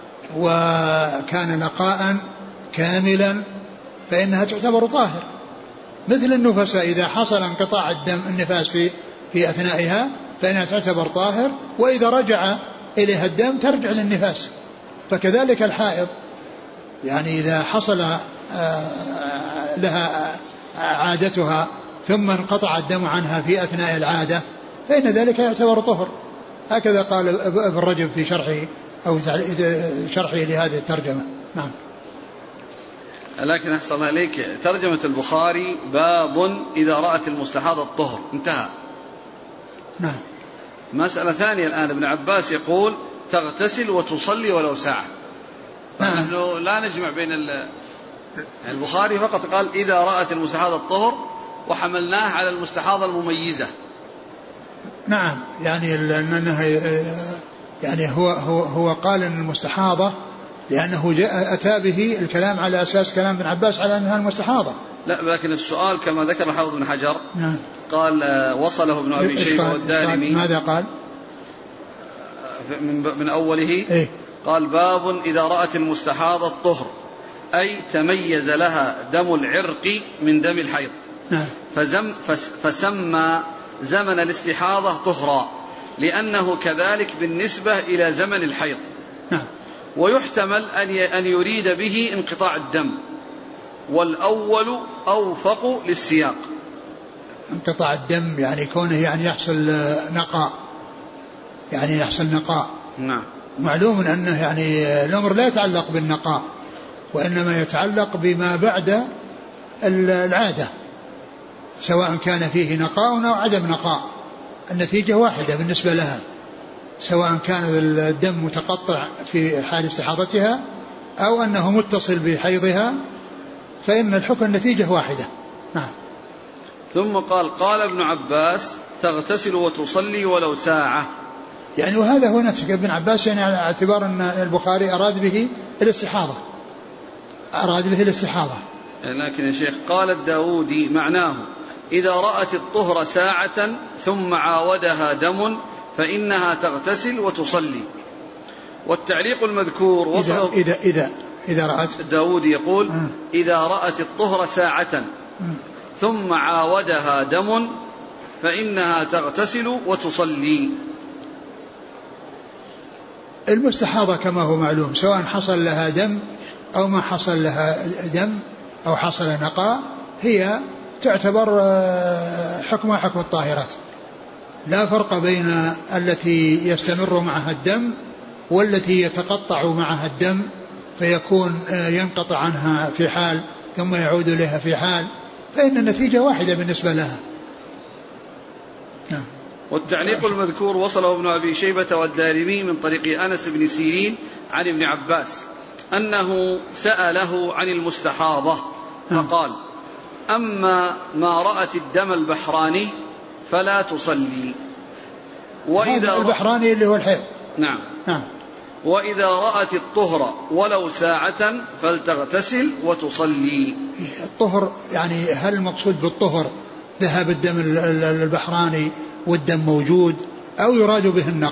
Speaker 2: وكان نقاء كاملا فإنها تعتبر طاهر، مثل النفساء إذا حصل انقطاع الدم النفاس في أثنائها فإنها تعتبر طاهر، وإذا رجع إليها الدم ترجع للنفاس. فكذلك الحائض يعني إذا حصل لها عادتها ثم انقطع الدم عنها في أثناء العادة فإن ذلك يعتبر طهر. هكذا قال ابن رجب في شرحه أو شرحه لهذه الترجمة. نعم.
Speaker 1: لكن أحسن عليك ترجمة البخاري باب إذا رأت المستحاضة الطهر، انتهى.
Speaker 2: نعم.
Speaker 1: مسألة ثانية الآن ابن عباس يقول تغتسل وتصلي ولو ساعة. نحن لا نجمع بين البخاري فقط قال إذا رأت المستحاضة الطهر وحملناه على المستحاضة المميزة.
Speaker 2: نعم، يعني يعني هو قال ان المستحاضة لأنه أتى به الكلام على أساس كلام ابن عباس على أنها المستحاضة.
Speaker 1: لا، لكن السؤال كما ذكر الحافظ بن حجر.
Speaker 2: نعم.
Speaker 1: قال وصله ابن أبي شيبة والدارمي.
Speaker 2: ماذا قال؟
Speaker 1: من أوله
Speaker 2: إيه؟
Speaker 1: قال باب إذا رأت المستحاضة الطهر أي تميز لها دم العرق من دم الحيض.
Speaker 2: نعم.
Speaker 1: فسمى زمن الاستحاضة طهرا لأنه كذلك بالنسبة إلى زمن الحيض.
Speaker 2: نعم.
Speaker 1: ويحتمل أن يريد به انقطاع الدم، والأول أوفق للسياق.
Speaker 2: انقطاع الدم يعني كونه يعني يحصل نقاء، يعني يحصل نقاء.
Speaker 1: نعم.
Speaker 2: معلوم أنه يعني الأمر لا يتعلق بالنقاء، وإنما يتعلق بما بعد العادة، سواء كان فيه نقاء أو عدم نقاء، النتيجة واحدة بالنسبة لها، سواء كان الدم متقطع في حال استحاضتها أو أنه متصل بحيضها، فإن الحكم النتيجة واحدة. نعم.
Speaker 1: ثم قال ابن عباس تغتسل وتصلي ولو ساعة.
Speaker 2: يعني وهذا هو نفسه ابن عباس، يعني على اعتبار أن البخاري أراد به الاستحاضة،
Speaker 1: لكن يا شيخ قال الداودي معناه إذا رأت الطهر ساعة ثم عاودها دم فإنها تغتسل وتصلي. والتعليق المذكور وصله
Speaker 2: إذا رأت،
Speaker 1: الداودي يقول إذا رأت الطهر ساعة ثم عاودها دم فإنها تغتسل وتصلي.
Speaker 2: المستحاضة كما هو معلوم سواء حصل لها دم أو ما حصل لها دم أو حصل نقاء، هي تعتبر حكمها حكم الطاهرات، لا فرق بين التي يستمر معها الدم والتي يتقطع معها الدم فيكون ينقطع عنها في حال ثم يعود لها في حال، فإن النتيجة واحدة بالنسبة لها.
Speaker 1: والتعليق المذكور وصله ابن أبي شيبة والدارمي من طريق أنس بن سيرين عن ابن عباس أنه سأله عن المستحاضة فقال أما ما رأت الدم البحراني فلا تصلي.
Speaker 2: وإذا البحراني اللي هو الحيض.
Speaker 1: نعم. وإذا رأت الطهر ولو ساعة فلتغتسل وتصلي.
Speaker 2: الطهر يعني هل المقصود بالطهر ذهاب الدم البحراني والدم موجود أو يراد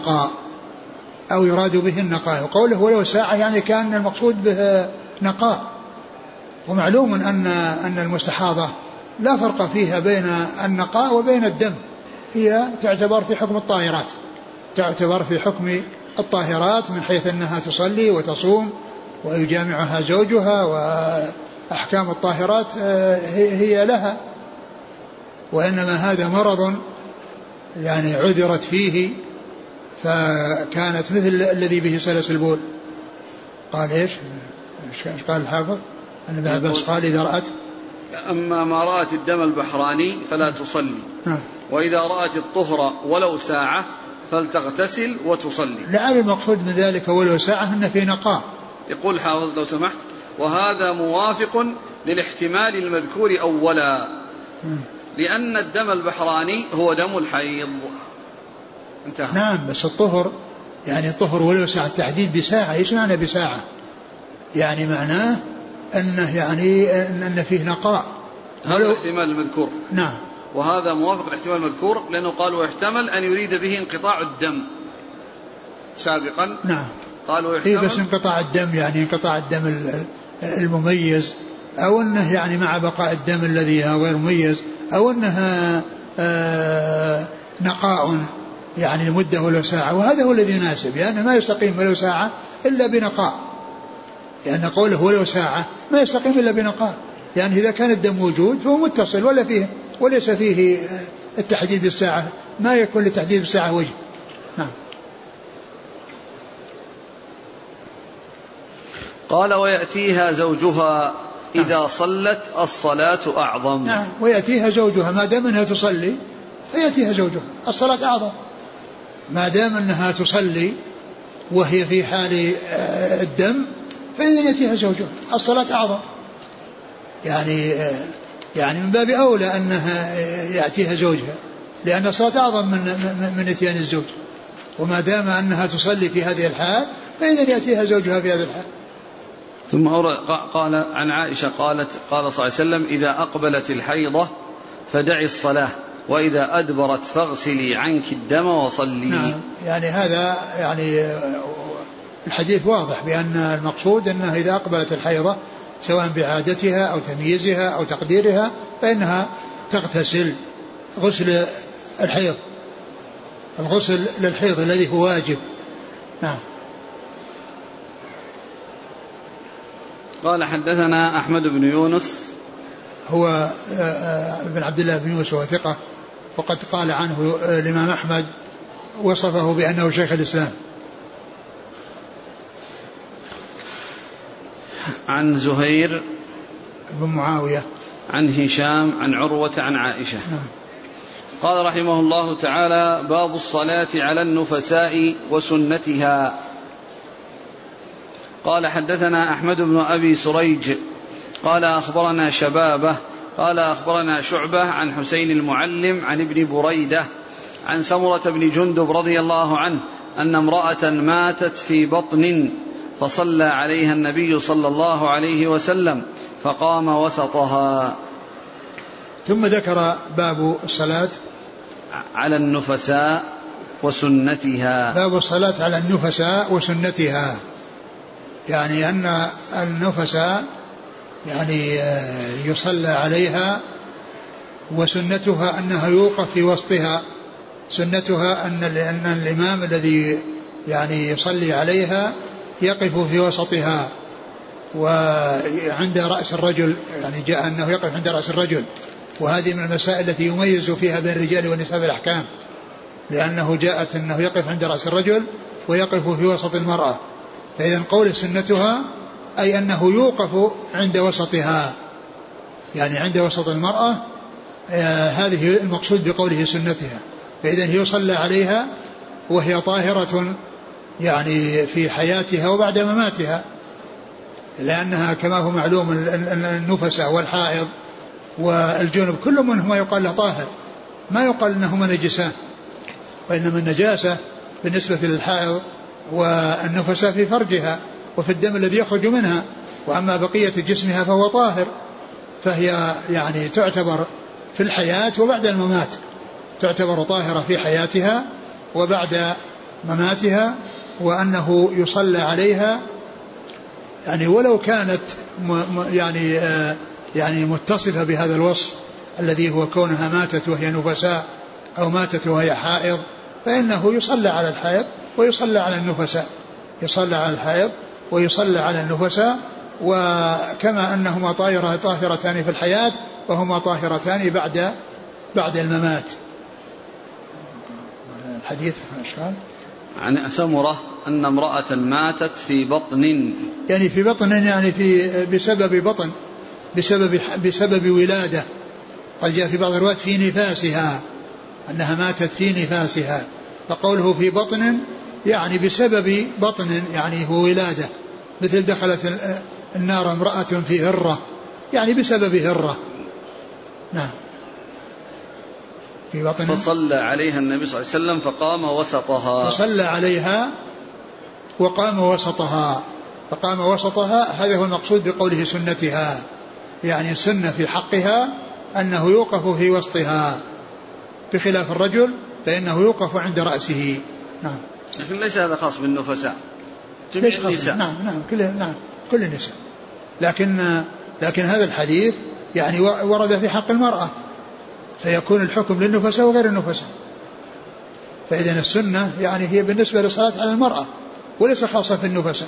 Speaker 2: به النقاء؟ وقوله ولو ساعة يعني كان المقصود به نقاء. ومعلوم أن المستحاضة لا فرق فيها بين النقاء وبين الدم، هي تعتبر في حكم الطاهرات من حيث أنها تصلي وتصوم ويجامعها زوجها، وأحكام الطاهرات هي لها، وإنما هذا مرض يعني عذرت فيه فكانت مثل الذي به سلس البول. قال إيش قال الحافظ أن ابن عباس قال إذا رأت
Speaker 1: أما ما رأت الدم البحراني فلا تصلي وإذا رأت الطهر ولو ساعة فلتغتسل وتصلي.
Speaker 2: لعل المقصود من ذلك ولو ساعة أن في نقاء.
Speaker 1: يقول حافظ لو سمحت وهذا موافق للاحتمال المذكور أولا لأن الدم البحراني هو دم الحيض. انتهى.
Speaker 2: نعم بس الطهر يعني الطهر ولو ساعة التحديد بساعة، ايش معنى بساعة؟ يعني معناه أنه يعني أن فيه نقاء.
Speaker 1: هذا الاحتمال المذكور.
Speaker 2: نعم.
Speaker 1: وهذا موافق الاحتمال المذكور لأنه قالوا يحتمل أن يريد به انقطاع الدم سابقا.
Speaker 2: نعم.
Speaker 1: قالوا يحتمل
Speaker 2: بس انقطاع الدم يعني انقطاع الدم المميز، أو أنه يعني مع بقاء الدم الذي غير مميز، أو أنها نقاء يعني المدة ولو ساعة. وهذا هو الذي يناسب، يعني ما يستقيم ولو ساعة إلا بنقاء، لأن يعني قوله ولو ساعة ما يستقيم إلا بنقاء، يعني إذا كان الدم موجود فهو متصل وليس فيه التحديد بالساعة، ما يكون للتحديد بالساعة وجه. نعم.
Speaker 1: قال ويأتيها زوجها إذا صلت الصلاة أعظم.
Speaker 2: نعم ويأتيها زوجها ما دام أنها تصلي فيأتيها زوجها، الصلاة أعظم ما دام أنها تصلي وهي في حال الدم، فإذا يأتيها زوجها الصلاة أعظم، يعني من باب أولى أنها يأتيها زوجها، لأن الصلاة أعظم من إتيان الزوج، وما دام أنها تصلي في هذه الحال فإذا يأتيها زوجها في هذه الحال.
Speaker 1: ثم قال عن عائشة قال صلى الله عليه وسلم إذا أقبلت الحيضة فدعي الصلاة وإذا أدبرت فاغسلي عنك الدم وصلي.
Speaker 2: نعم يعني هذا يعني الحديث واضح بأن المقصود أنها إذا أقبلت الحيضة سواء بعادتها أو تمييزها أو تقديرها فإنها تغتسل غسل الحيض، الغسل للحيض الذي هو واجب. نعم.
Speaker 1: قال حدثنا أحمد بن يونس
Speaker 2: هو بن عبد الله بن يونس وهو ثقة، وقد قال عنه الإمام أحمد وصفه بأنه شيخ الإسلام.
Speaker 1: عن زهير
Speaker 2: بن معاوية
Speaker 1: عن هشام عن عروة عن عائشة. قال رحمه الله تعالى: باب الصلاة على النفساء وسنتها. قال حدثنا أحمد بن أبي سريج قال أخبرنا شبابه قال أخبرنا شعبة عن حسين المعلم عن ابن بريدة عن سمرة بن جندب رضي الله عنه أن امرأة ماتت في بطن فصلى عليها النبي صلى الله عليه وسلم فقام وسطها.
Speaker 2: ثم ذكر باب الصلاة
Speaker 1: على النفساء وسنتها.
Speaker 2: باب الصلاة على النفساء وسنتها، يعني أن النفساء يعني يصلى عليها، وسنتها أنها يوقف في وسطها. سنتها أن الإمام الذي يعني يصلي عليها يقف في وسطها وعند رأس الرجل، يعني جاء أنه يقف عند رأس الرجل، وهذه من المسائل التي يميز فيها بين الرجال والنساء في الأحكام، لأنه جاءت أنه يقف عند رأس الرجل ويقف في وسط المرأة. فإذا قول سنتها أي أنه يوقف عند وسطها، يعني عند وسط المرأة، هذه المقصود بقوله سنتها. فإذا هي يصلى عليها وهي طاهرة يعني في حياتها وبعد مماتها، لأنها كما هو معلوم النفساء والحائض والجنب كل منهما يقال له طاهر، ما يقال أنهما نجسان، وإنما النجاسة بالنسبة للحائض والنفساء في فرجها وفي الدم الذي يخرج منها، وأما بقية جسمها فهو طاهر. فهي يعني تعتبر في الحياة وبعد الممات، تعتبر طاهرة في حياتها وبعد مماتها، وأنه يصلى عليها يعني ولو كانت يعني متصفة بهذا الوصف الذي هو كونها ماتت وهي نفساء أو ماتت وهي حائض، فإنه يصلى على الحائض ويصلى على النفساء، يصلى على الحائض ويصلى على النفساء، وكما أنهما طاهرتان في الحياة وهما طاهرتان بعد الممات. الحديث
Speaker 1: عن سمرة أن امرأة ماتت في بطن،
Speaker 2: يعني في بطن يعني بسبب بطن، بسبب ولادة. قد جاء في بعض الروايات في نفاسها، أنها ماتت في نفاسها، فقوله في بطن يعني بسبب بطن يعني هو ولادة، مثل دخلت النار امرأة في هرة، يعني بسبب هرة. نعم. في بطن
Speaker 1: فصلى عليها النبي صلى الله عليه وسلم فقام وسطها،
Speaker 2: فصلى عليها وقام وسطها، فقام وسطها. هذا هو المقصود بقوله سنتها، يعني السنة في حقها أنه يوقف في وسطها، بخلاف الرجل فإنه يوقف عند رأسه. نعم.
Speaker 1: لكن ليس هذا خاص بالنفساء،
Speaker 2: ليش النساء؟ نعم كل النساء، لكن هذا الحديث يعني ورد في حق المرأة، فيكون الحكم للنفساء وغير النفساء. فإذن السنة يعني هي بالنسبة للصلاة على المرأة وليس خاصة في النفساء.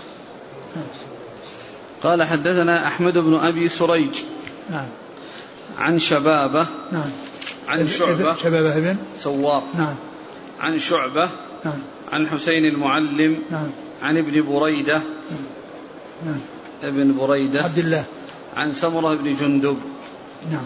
Speaker 1: قال حدثنا أحمد بن أبي سريج
Speaker 2: نعم
Speaker 1: عن شبابه
Speaker 2: نعم
Speaker 1: عن
Speaker 2: شبابه بن
Speaker 1: سوار
Speaker 2: نعم
Speaker 1: عن شعبة
Speaker 2: نعم
Speaker 1: عن حسين المعلم
Speaker 2: نعم
Speaker 1: عن ابن بريدة
Speaker 2: نعم
Speaker 1: ابن بريدة
Speaker 2: عبد الله
Speaker 1: عن سمرة بن جندب.
Speaker 2: نعم.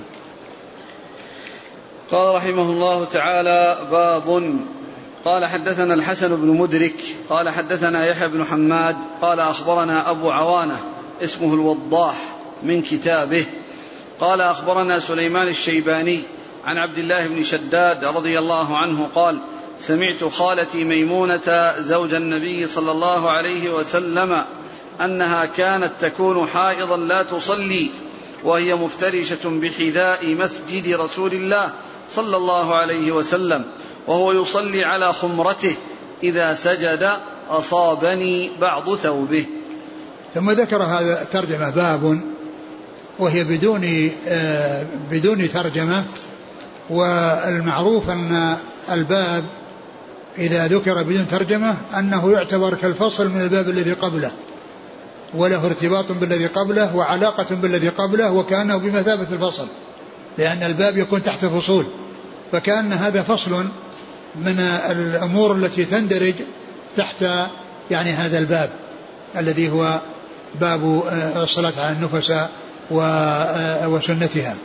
Speaker 1: قال رحمه الله تعالى: باب. قال حدثنا الحسن بن مدرك قال حدثنا يحيى بن حماد قال أخبرنا أبو عوانة اسمه الوضاح من كتابه قال أخبرنا سليمان الشيباني عن عبد الله بن شداد رضي الله عنه قال: سمعت خالتي ميمونة زوج النبي صلى الله عليه وسلم أنها كانت تكون حائضا لا تصلي وهي مفترشة بحذاء مسجد رسول الله صلى الله عليه وسلم وهو يصلي على خمرته إذا سجد أصابني بعض ثوبه.
Speaker 2: ثم ذكر هذا ترجمة باب، وهي بدون ترجمة. والمعروف أن الباب إذا ذكر بدون ترجمة أنه يعتبر كالفصل من الباب الذي قبله، وله ارتباط بالذي قبله وعلاقة بالذي قبله، وكأنه بمثابة الفصل، لأن الباب يكون تحت فصول، فكأن هذا فصل من الأمور التي تندرج تحت يعني هذا الباب الذي هو باب الصلاة على النفساء وسنتها.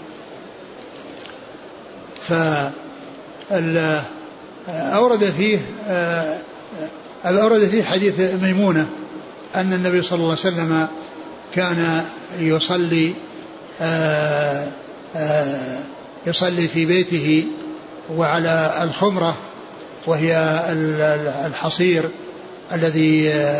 Speaker 2: أورد فيه حديث ميمونة أن النبي صلى الله عليه وسلم كان يصلي في بيته وعلى الخمرة، وهي الحصير الذي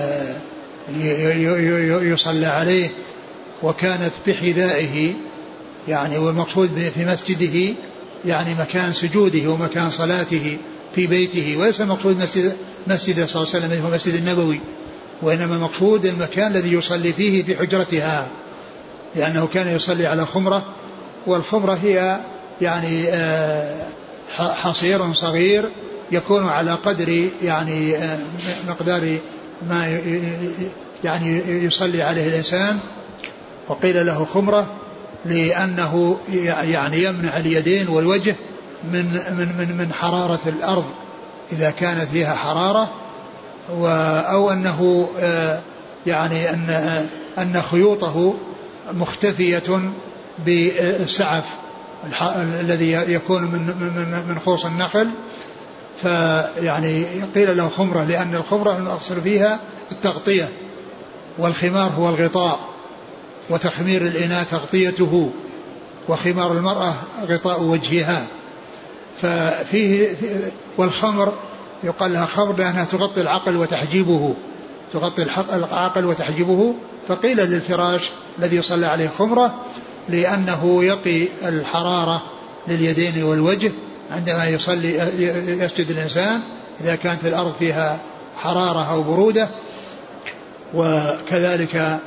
Speaker 2: يصلى عليه، وكانت بحذائه يعني، والمقصود في مسجده يعني مكان سجوده ومكان صلاته في بيته، وليس المقصود مسجد صلى الله عليه وسلم هو مسجد النبوي، وإنما مقصود المكان الذي يصلي فيه في حجرتها، لأنه كان يصلي على خمرة، والخمرة هي يعني حصير صغير يكون على قدر يعني مقدار ما يعني يصلي عليه الإنسان، وقيل له خمرة لأنه يعني يمنع اليدين والوجه من حرارة الأرض إذا كانت فيها حرارة، أو أنه يعني أن خيوطه مختفية بالسعف الذي يكون من خوص النخل، فيعني قيل له خمرة لأن الخمرة الأصل فيها التغطية، والخمار هو الغطاء، وتخمير الإناء تغطيته، وخمار المرأة غطاء وجهها. والخمر يقال لها خمر لأنها تغطي العقل وتحجبه، فقيل للفراش الذي يصلى عليه خمرة لأنه يقي الحرارة لليدين والوجه عندما يسجد الإنسان إذا كانت الأرض فيها حرارة أو برودة. وكذلك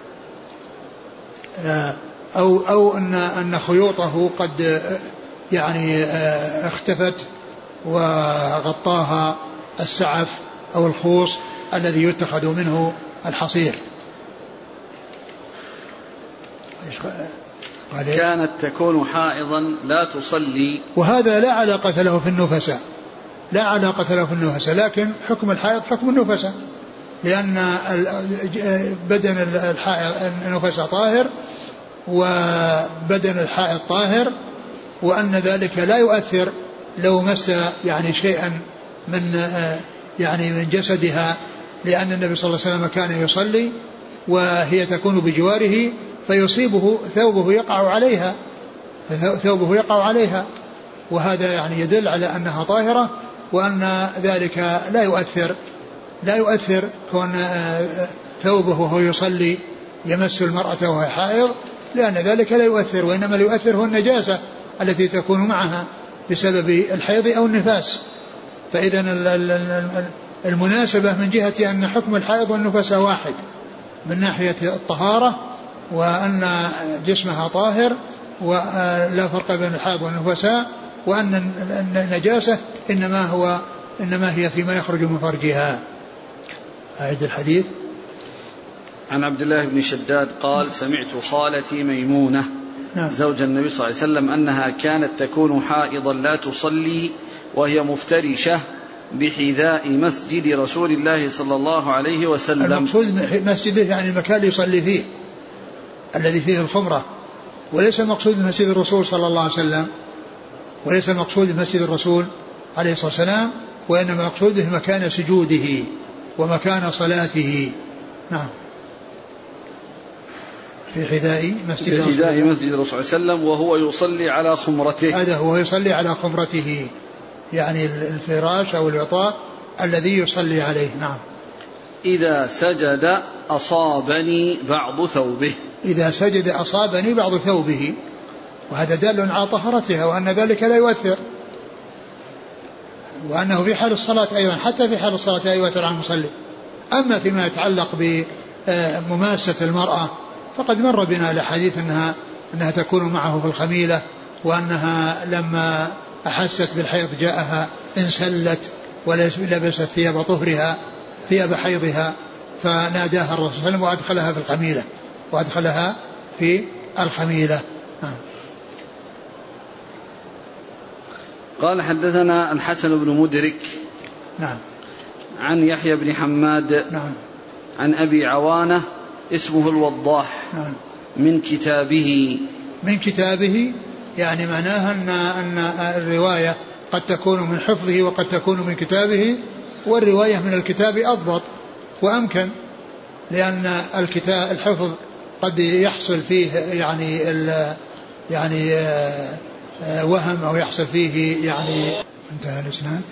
Speaker 2: أو أن خيوطه قد يعني اختفت وغطاها السعف أو الخوص الذي يتخذ منه الحصير.
Speaker 1: كانت تكون حائضا لا تصلي،
Speaker 2: وهذا لا علاقة له في النفساء، لكن حكم الحائض حكم النفساء، لأن بدن النفساء طاهر وبدن الحائض طاهر، وأن ذلك لا يؤثر لو مس يعني شيئا من جسدها، لأن النبي صلى الله عليه وسلم كان يصلي وهي تكون بجواره فيصيبه ثوبه يقع عليها، وهذا يعني يدل على أنها طاهرة، وأن ذلك لا يؤثر كون ثوبه وهو يصلي يمس المرأة وهي حائض، لأن ذلك لا يؤثر، وإنما يؤثر هو النجاسة التي تكون معها بسبب الحيض أو النفاس. فإذا المناسبة من جهة أن حكم الحائض والنفاس واحد من ناحية الطهارة، وأن جسمها طاهر ولا فرق بين الحائض والنفساء، وأن النجاسة إنما هي فيما يخرج من فرجها. أعد الحديث.
Speaker 1: عن عبد الله بن شداد قال: سمعت خالتي ميمونة زوج النبي صلى الله عليه وسلم أنها كانت تكون حائضا لا تصلي وهي مفترشة بحذاء مسجد رسول الله صلى الله عليه وسلم.
Speaker 2: المقصود مسجده يعني المكان اللي يصلي فيه الذي فيه الخمرة، وليس المقصود بمسجد الرسول صلى الله عليه وسلم، وليس المقصود بمسجد الرسول عليه الصلاة والسلام، وإنما مقصوده مكان سجوده ومكان صلاته. نعم. في حذاء مسجد الرسول صلى الله عليه
Speaker 1: وسلم وهو يصلي على خمرته.
Speaker 2: هذا هو يصلي على خمرته، يعني الفراش أو الغطاء الذي يصلي عليه. نعم.
Speaker 1: إذا سجد أصابني بعض ثوبه.
Speaker 2: إذا سجد أصابني بعض ثوبه، وهذا دال على طهارتها وأن ذلك لا يؤثر، وأنه في حال الصلاة أيضا، حتى في حال الصلاة لا يؤثر عن المصلي. أما فيما يتعلق بمماسة المرأة فقد مر بنا الحديث أنها تكون معه في الخميلة، وأنها لما أحست بالحيض جاءها انسلت ولبست ثياب طهرها ثياب حيضها، فناداها الرسول صلى الله عليه وسلم وأدخلها في الخميلة.
Speaker 1: قال حدثنا الحسن بن مدرك
Speaker 2: نعم
Speaker 1: عن يحيى بن حماد
Speaker 2: نعم
Speaker 1: عن أبي عوانة اسمه الوضاح
Speaker 2: نعم
Speaker 1: من كتابه
Speaker 2: يعني معناها أن الرواية قد تكون من حفظه وقد تكون من كتابه، والرواية من الكتاب أضبط وأمكن، لأن الحفظ قد يحصل فيه يعني وهم أو يحصل فيه يعني. انتهى الإسناد.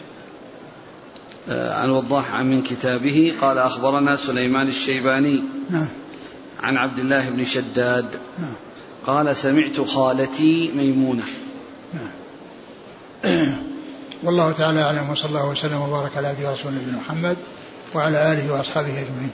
Speaker 1: عن وضاح من كتابه قال أخبرنا سليمان الشيباني
Speaker 2: نعم
Speaker 1: عن عبد الله بن شداد
Speaker 2: نعم
Speaker 1: قال سمعت خالتي ميمونة.
Speaker 2: نعم. والله تعالى أعلم، وصلى الله وسلم وبارك على عبده ورسوله نبينا محمد وعلى آله وأصحابه أجمعين.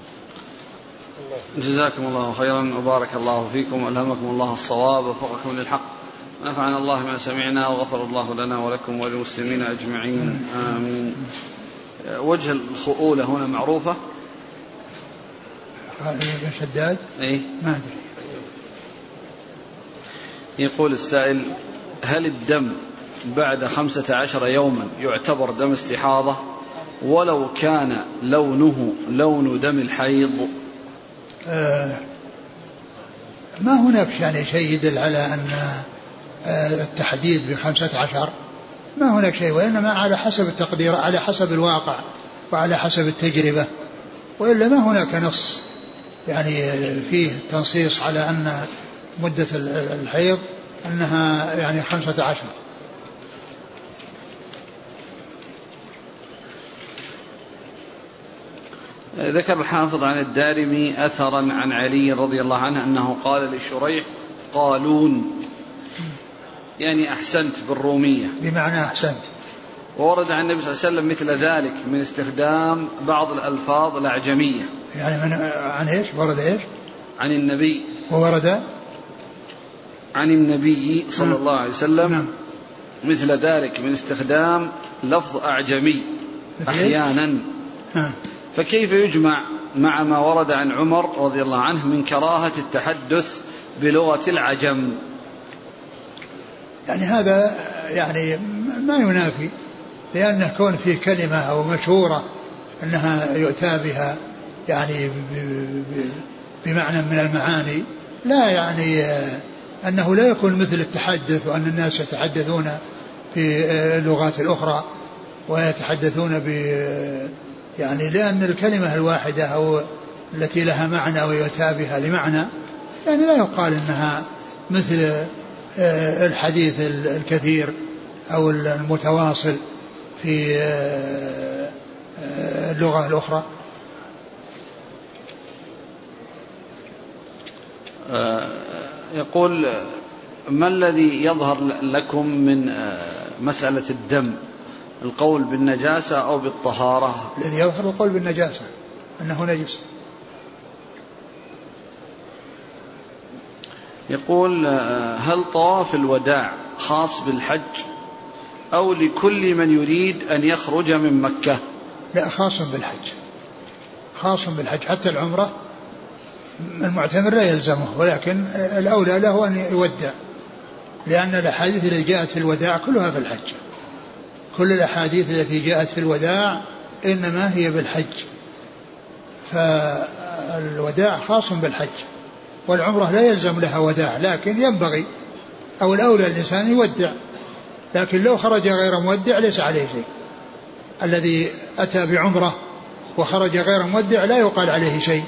Speaker 1: جزاكم الله خيرا وبارك الله فيكم وألهمكم الله الصواب ووفقكم للحق، ونفعنا الله ما سمعنا وغفر الله لنا ولكم وللمسلمين أجمعين آمين. وجه الخؤولة هنا معروفة؟
Speaker 2: بن شداد
Speaker 1: إيه؟
Speaker 2: ما أدري.
Speaker 1: يقول السائل: هل الدم بعد 15 يوما يعتبر دم استحاضة ولو كان لونه لون دم الحيض؟
Speaker 2: ما هناك يعني شيء يدل على أن التحديد ب15، ما هناك شيء، وإنما على حسب التقدير، على حسب الواقع وعلى حسب التجربة، وإلا ما هناك نص يعني فيه تنصيص على أن مدة الحيض أنها يعني 15.
Speaker 1: ذكر الحافظ عن الدارمي أثرا عن علي رضي الله عنه أنه قال لشريح قالون، يعني أحسنت بالرومية،
Speaker 2: بمعنى أحسنت.
Speaker 1: وورد عن النبي صلى الله عليه وسلم مثل ذلك من استخدام بعض الألفاظ الأعجمية.
Speaker 2: يعني عن إيش؟ ورد إيش؟
Speaker 1: عن النبي،
Speaker 2: وورد
Speaker 1: عن النبي صلى الله عليه وسلم
Speaker 2: نعم.
Speaker 1: مثل ذلك من استخدام لفظ أعجمي أحيانا. فكيف يجمع مع ما ورد عن عمر رضي الله عنه من كراهة التحدث بلغة العجم؟
Speaker 2: يعني هذا يعني ما ينافي، لأنه كون فيه كلمة أو مشهورة أنها يؤتى بها يعني بمعنى من المعاني، لا يعني أنه لا يكون مثل التحدث، وأن الناس يتحدثون في اللغات الأخرى ويتحدثون يعني لأن الكلمة الواحدة أو التي لها معنى ويؤتى بها لمعنى، يعني لا يقال أنها مثل الحديث الكثير أو المتواصل في اللغة الأخرى.
Speaker 1: يقول: ما الذي يظهر لكم من مسألة الدم، القول بالنجاسة أو بالطهارة؟
Speaker 2: الذي يظهر القول بالنجاسة، أنه نجس.
Speaker 1: يقول: هل طواف الوداع خاص بالحج أو لكل من يريد أن يخرج من مكة؟
Speaker 2: لا، خاص بالحج، خاص بالحج. حتى العمرة المعتمر لا يلزمه، ولكن الأولى له أن يودع، لأن الأحاديث التي جاءت في الوداع كلها في الحج. كل الأحاديث التي جاءت في الوداع إنما هي بالحج، فالوداع خاص بالحج، والعمرة لا يلزم لها وداع، لكن ينبغي أو الأولى الإنسان يودع، لكن لو خرج غير مودع ليس عليه شيء. الذي أتى بعمرة وخرج غير مودع لا يقال عليه شيء.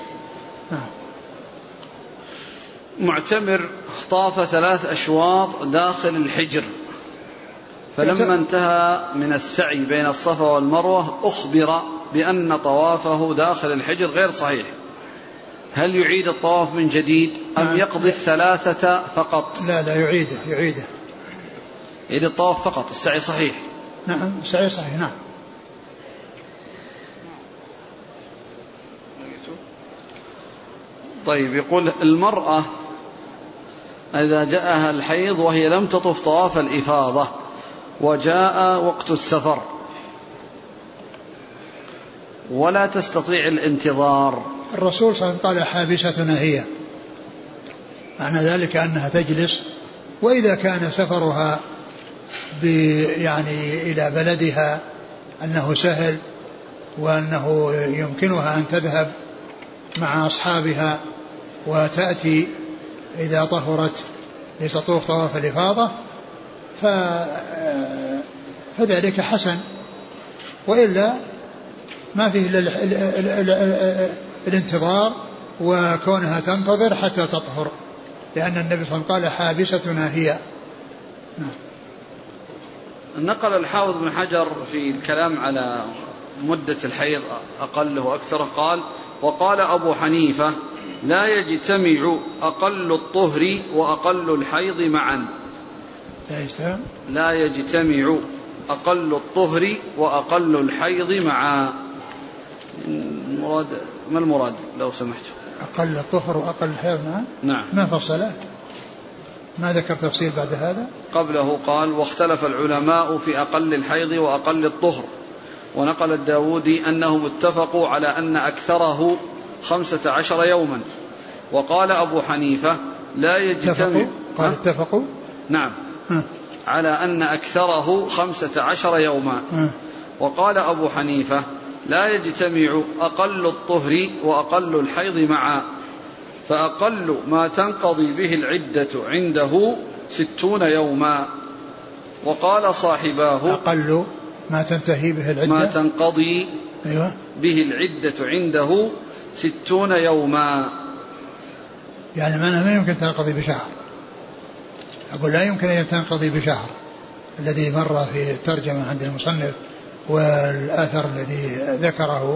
Speaker 1: معتمر طاف 3 أشواط داخل الحجر، فلما انتهى من السعي بين الصفا والمروة أخبر بأن طوافه داخل الحجر غير صحيح، هل يعيد الطواف من جديد أم يقضي 3 فقط؟
Speaker 2: لا يعيده
Speaker 1: يعيد الطواف فقط، السعي صحيح.
Speaker 2: نعم السعي صحيح. نعم.
Speaker 1: طيب، يقول: المرأة إذا جاءها الحيض وهي لم تطف طواف الإفاضة وجاء وقت السفر ولا تستطيع الانتظار.
Speaker 2: الرسول صلى الله عليه وسلم قال حابستنا هي، معنى ذلك أنها تجلس، وإذا كان سفرها يعني إلى بلدها أنه سهل وأنه يمكنها أن تذهب مع أصحابها وتأتي إذا طهرت لتطوف طواف الإفاضة فذلك حسن، وإلا ما فيه الانتظار وكونها تنتظر حتى تطهر، لأن النبي صلى الله عليه وسلم قال حابستنا هي.
Speaker 1: نقل الحافظ بن حجر في الكلام على مدة الحيض أقله وأكثره قال: وقال أبو حنيفة لا يجتمع أقل الطهر وأقل الحيض معا. لا يجتمع أقل الطهر وأقل الحيض معا. ما المراد لو سمحت؟
Speaker 2: أقل الطهر وأقل الحيض معا.
Speaker 1: نعم.
Speaker 2: ما فصلت، ما ذكر تفصيل بعد هذا.
Speaker 1: قبله قال: واختلف العلماء في أقل الحيض وأقل الطهر. ونقل الداودي أنهم اتفقوا على أن أكثره 15 يوما. وقال أبو حنيفة لا يجتمع.
Speaker 2: قال اتفقوا.
Speaker 1: نعم. على أن أكثره 15 يوما. وقال أبو حنيفة لا يجتمع أقل الطهر وأقل الحيض معا، فأقل ما تنقضي به العدة عنده 60 يوما. وقال صاحباه
Speaker 2: أقل ما تنتهي به العدة،
Speaker 1: ما تنقضي به العدة عنده 60 يوما.
Speaker 2: يعني ما يمكن تنقضي بشهر. أقول لا يمكن أن تنقضي بشهر، الذي مر في الترجمة عند المصنف والآثر الذي ذكره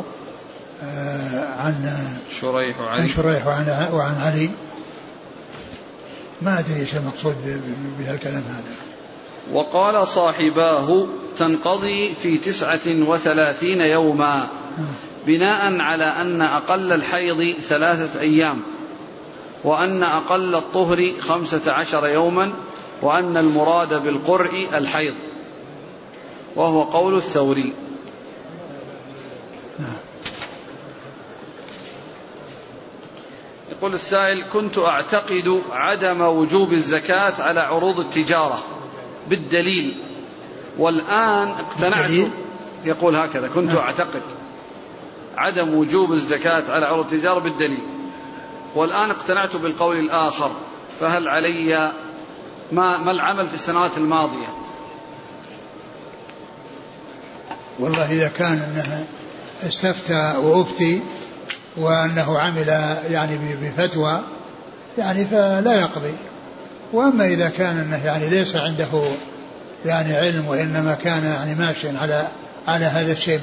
Speaker 2: عن شريح وعن علي. ما أدري ايش المقصود بهالكلام هذا.
Speaker 1: وقال صاحباه تنقضي في 39 يوما، بناء على أن أقل الحيض 3 أيام، وأن أقل الطهر 15 يوما، وأن المراد بالقرء الحيض، وهو قول الثوري. يقول السائل: كنت أعتقد عدم وجوب الزكاة على عروض التجارة بالدليل، والآن اقتنعت. يقول هكذا: كنت أعتقد عدم وجوب الزكاة على عروض التجارة بالدليل، والآن اقتنعت بالقول الآخر، فهل علي ما العمل في السنوات الماضية؟
Speaker 2: والله إذا كان أنه استفتى وأفتي وأنه عمل يعني بفتوى يعني فلا يقضي. وأما إذا كان أنه يعني ليس عنده يعني علم، وإنما كان يعني ماشيا على هذا الشيء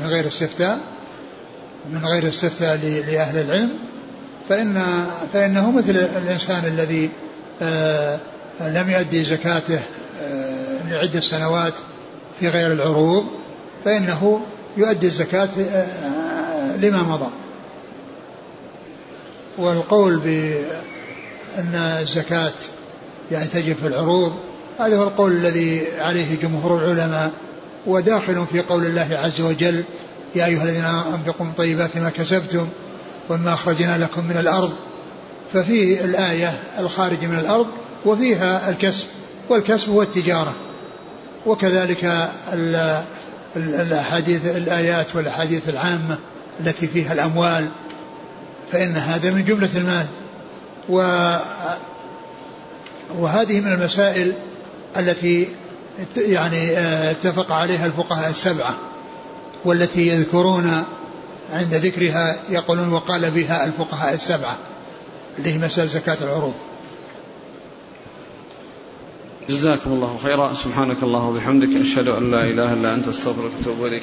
Speaker 2: من غير استفتاء لأهل العلم، فإنه مثل الإنسان الذي لم يؤدي زكاته لعدة سنوات في غير العروض، فإنه يؤدي الزكاة لما مضى. والقول بأن الزكاة يعني تجب في العروض، هذا هو القول الذي عليه جمهور العلماء، وداخل في قول الله عز وجل: يا أيها الذين آمنوا أنفقوا من طيبات ما كسبتم وما أخرجنا لكم من الأرض. ففي الآية الخارج من الأرض وفيها الكسب، والكسب هو التجارة. وكذلك الآيات والأحاديث العامة التي فيها الأموال، فإن هذا من جملة المال. وهذه من المسائل التي يعني اتفق عليها الفقهاء السبعة، والتي يذكرون عند ذكرها يقولون وقال بها الفقهاء السبعة، اللي هي مسألة زكاة العروض.
Speaker 1: جزاكم الله خيرا. سبحانك الله وبحمدك، أشهد أن لا إله إلا أنت، استغفرك وأتوب إليك.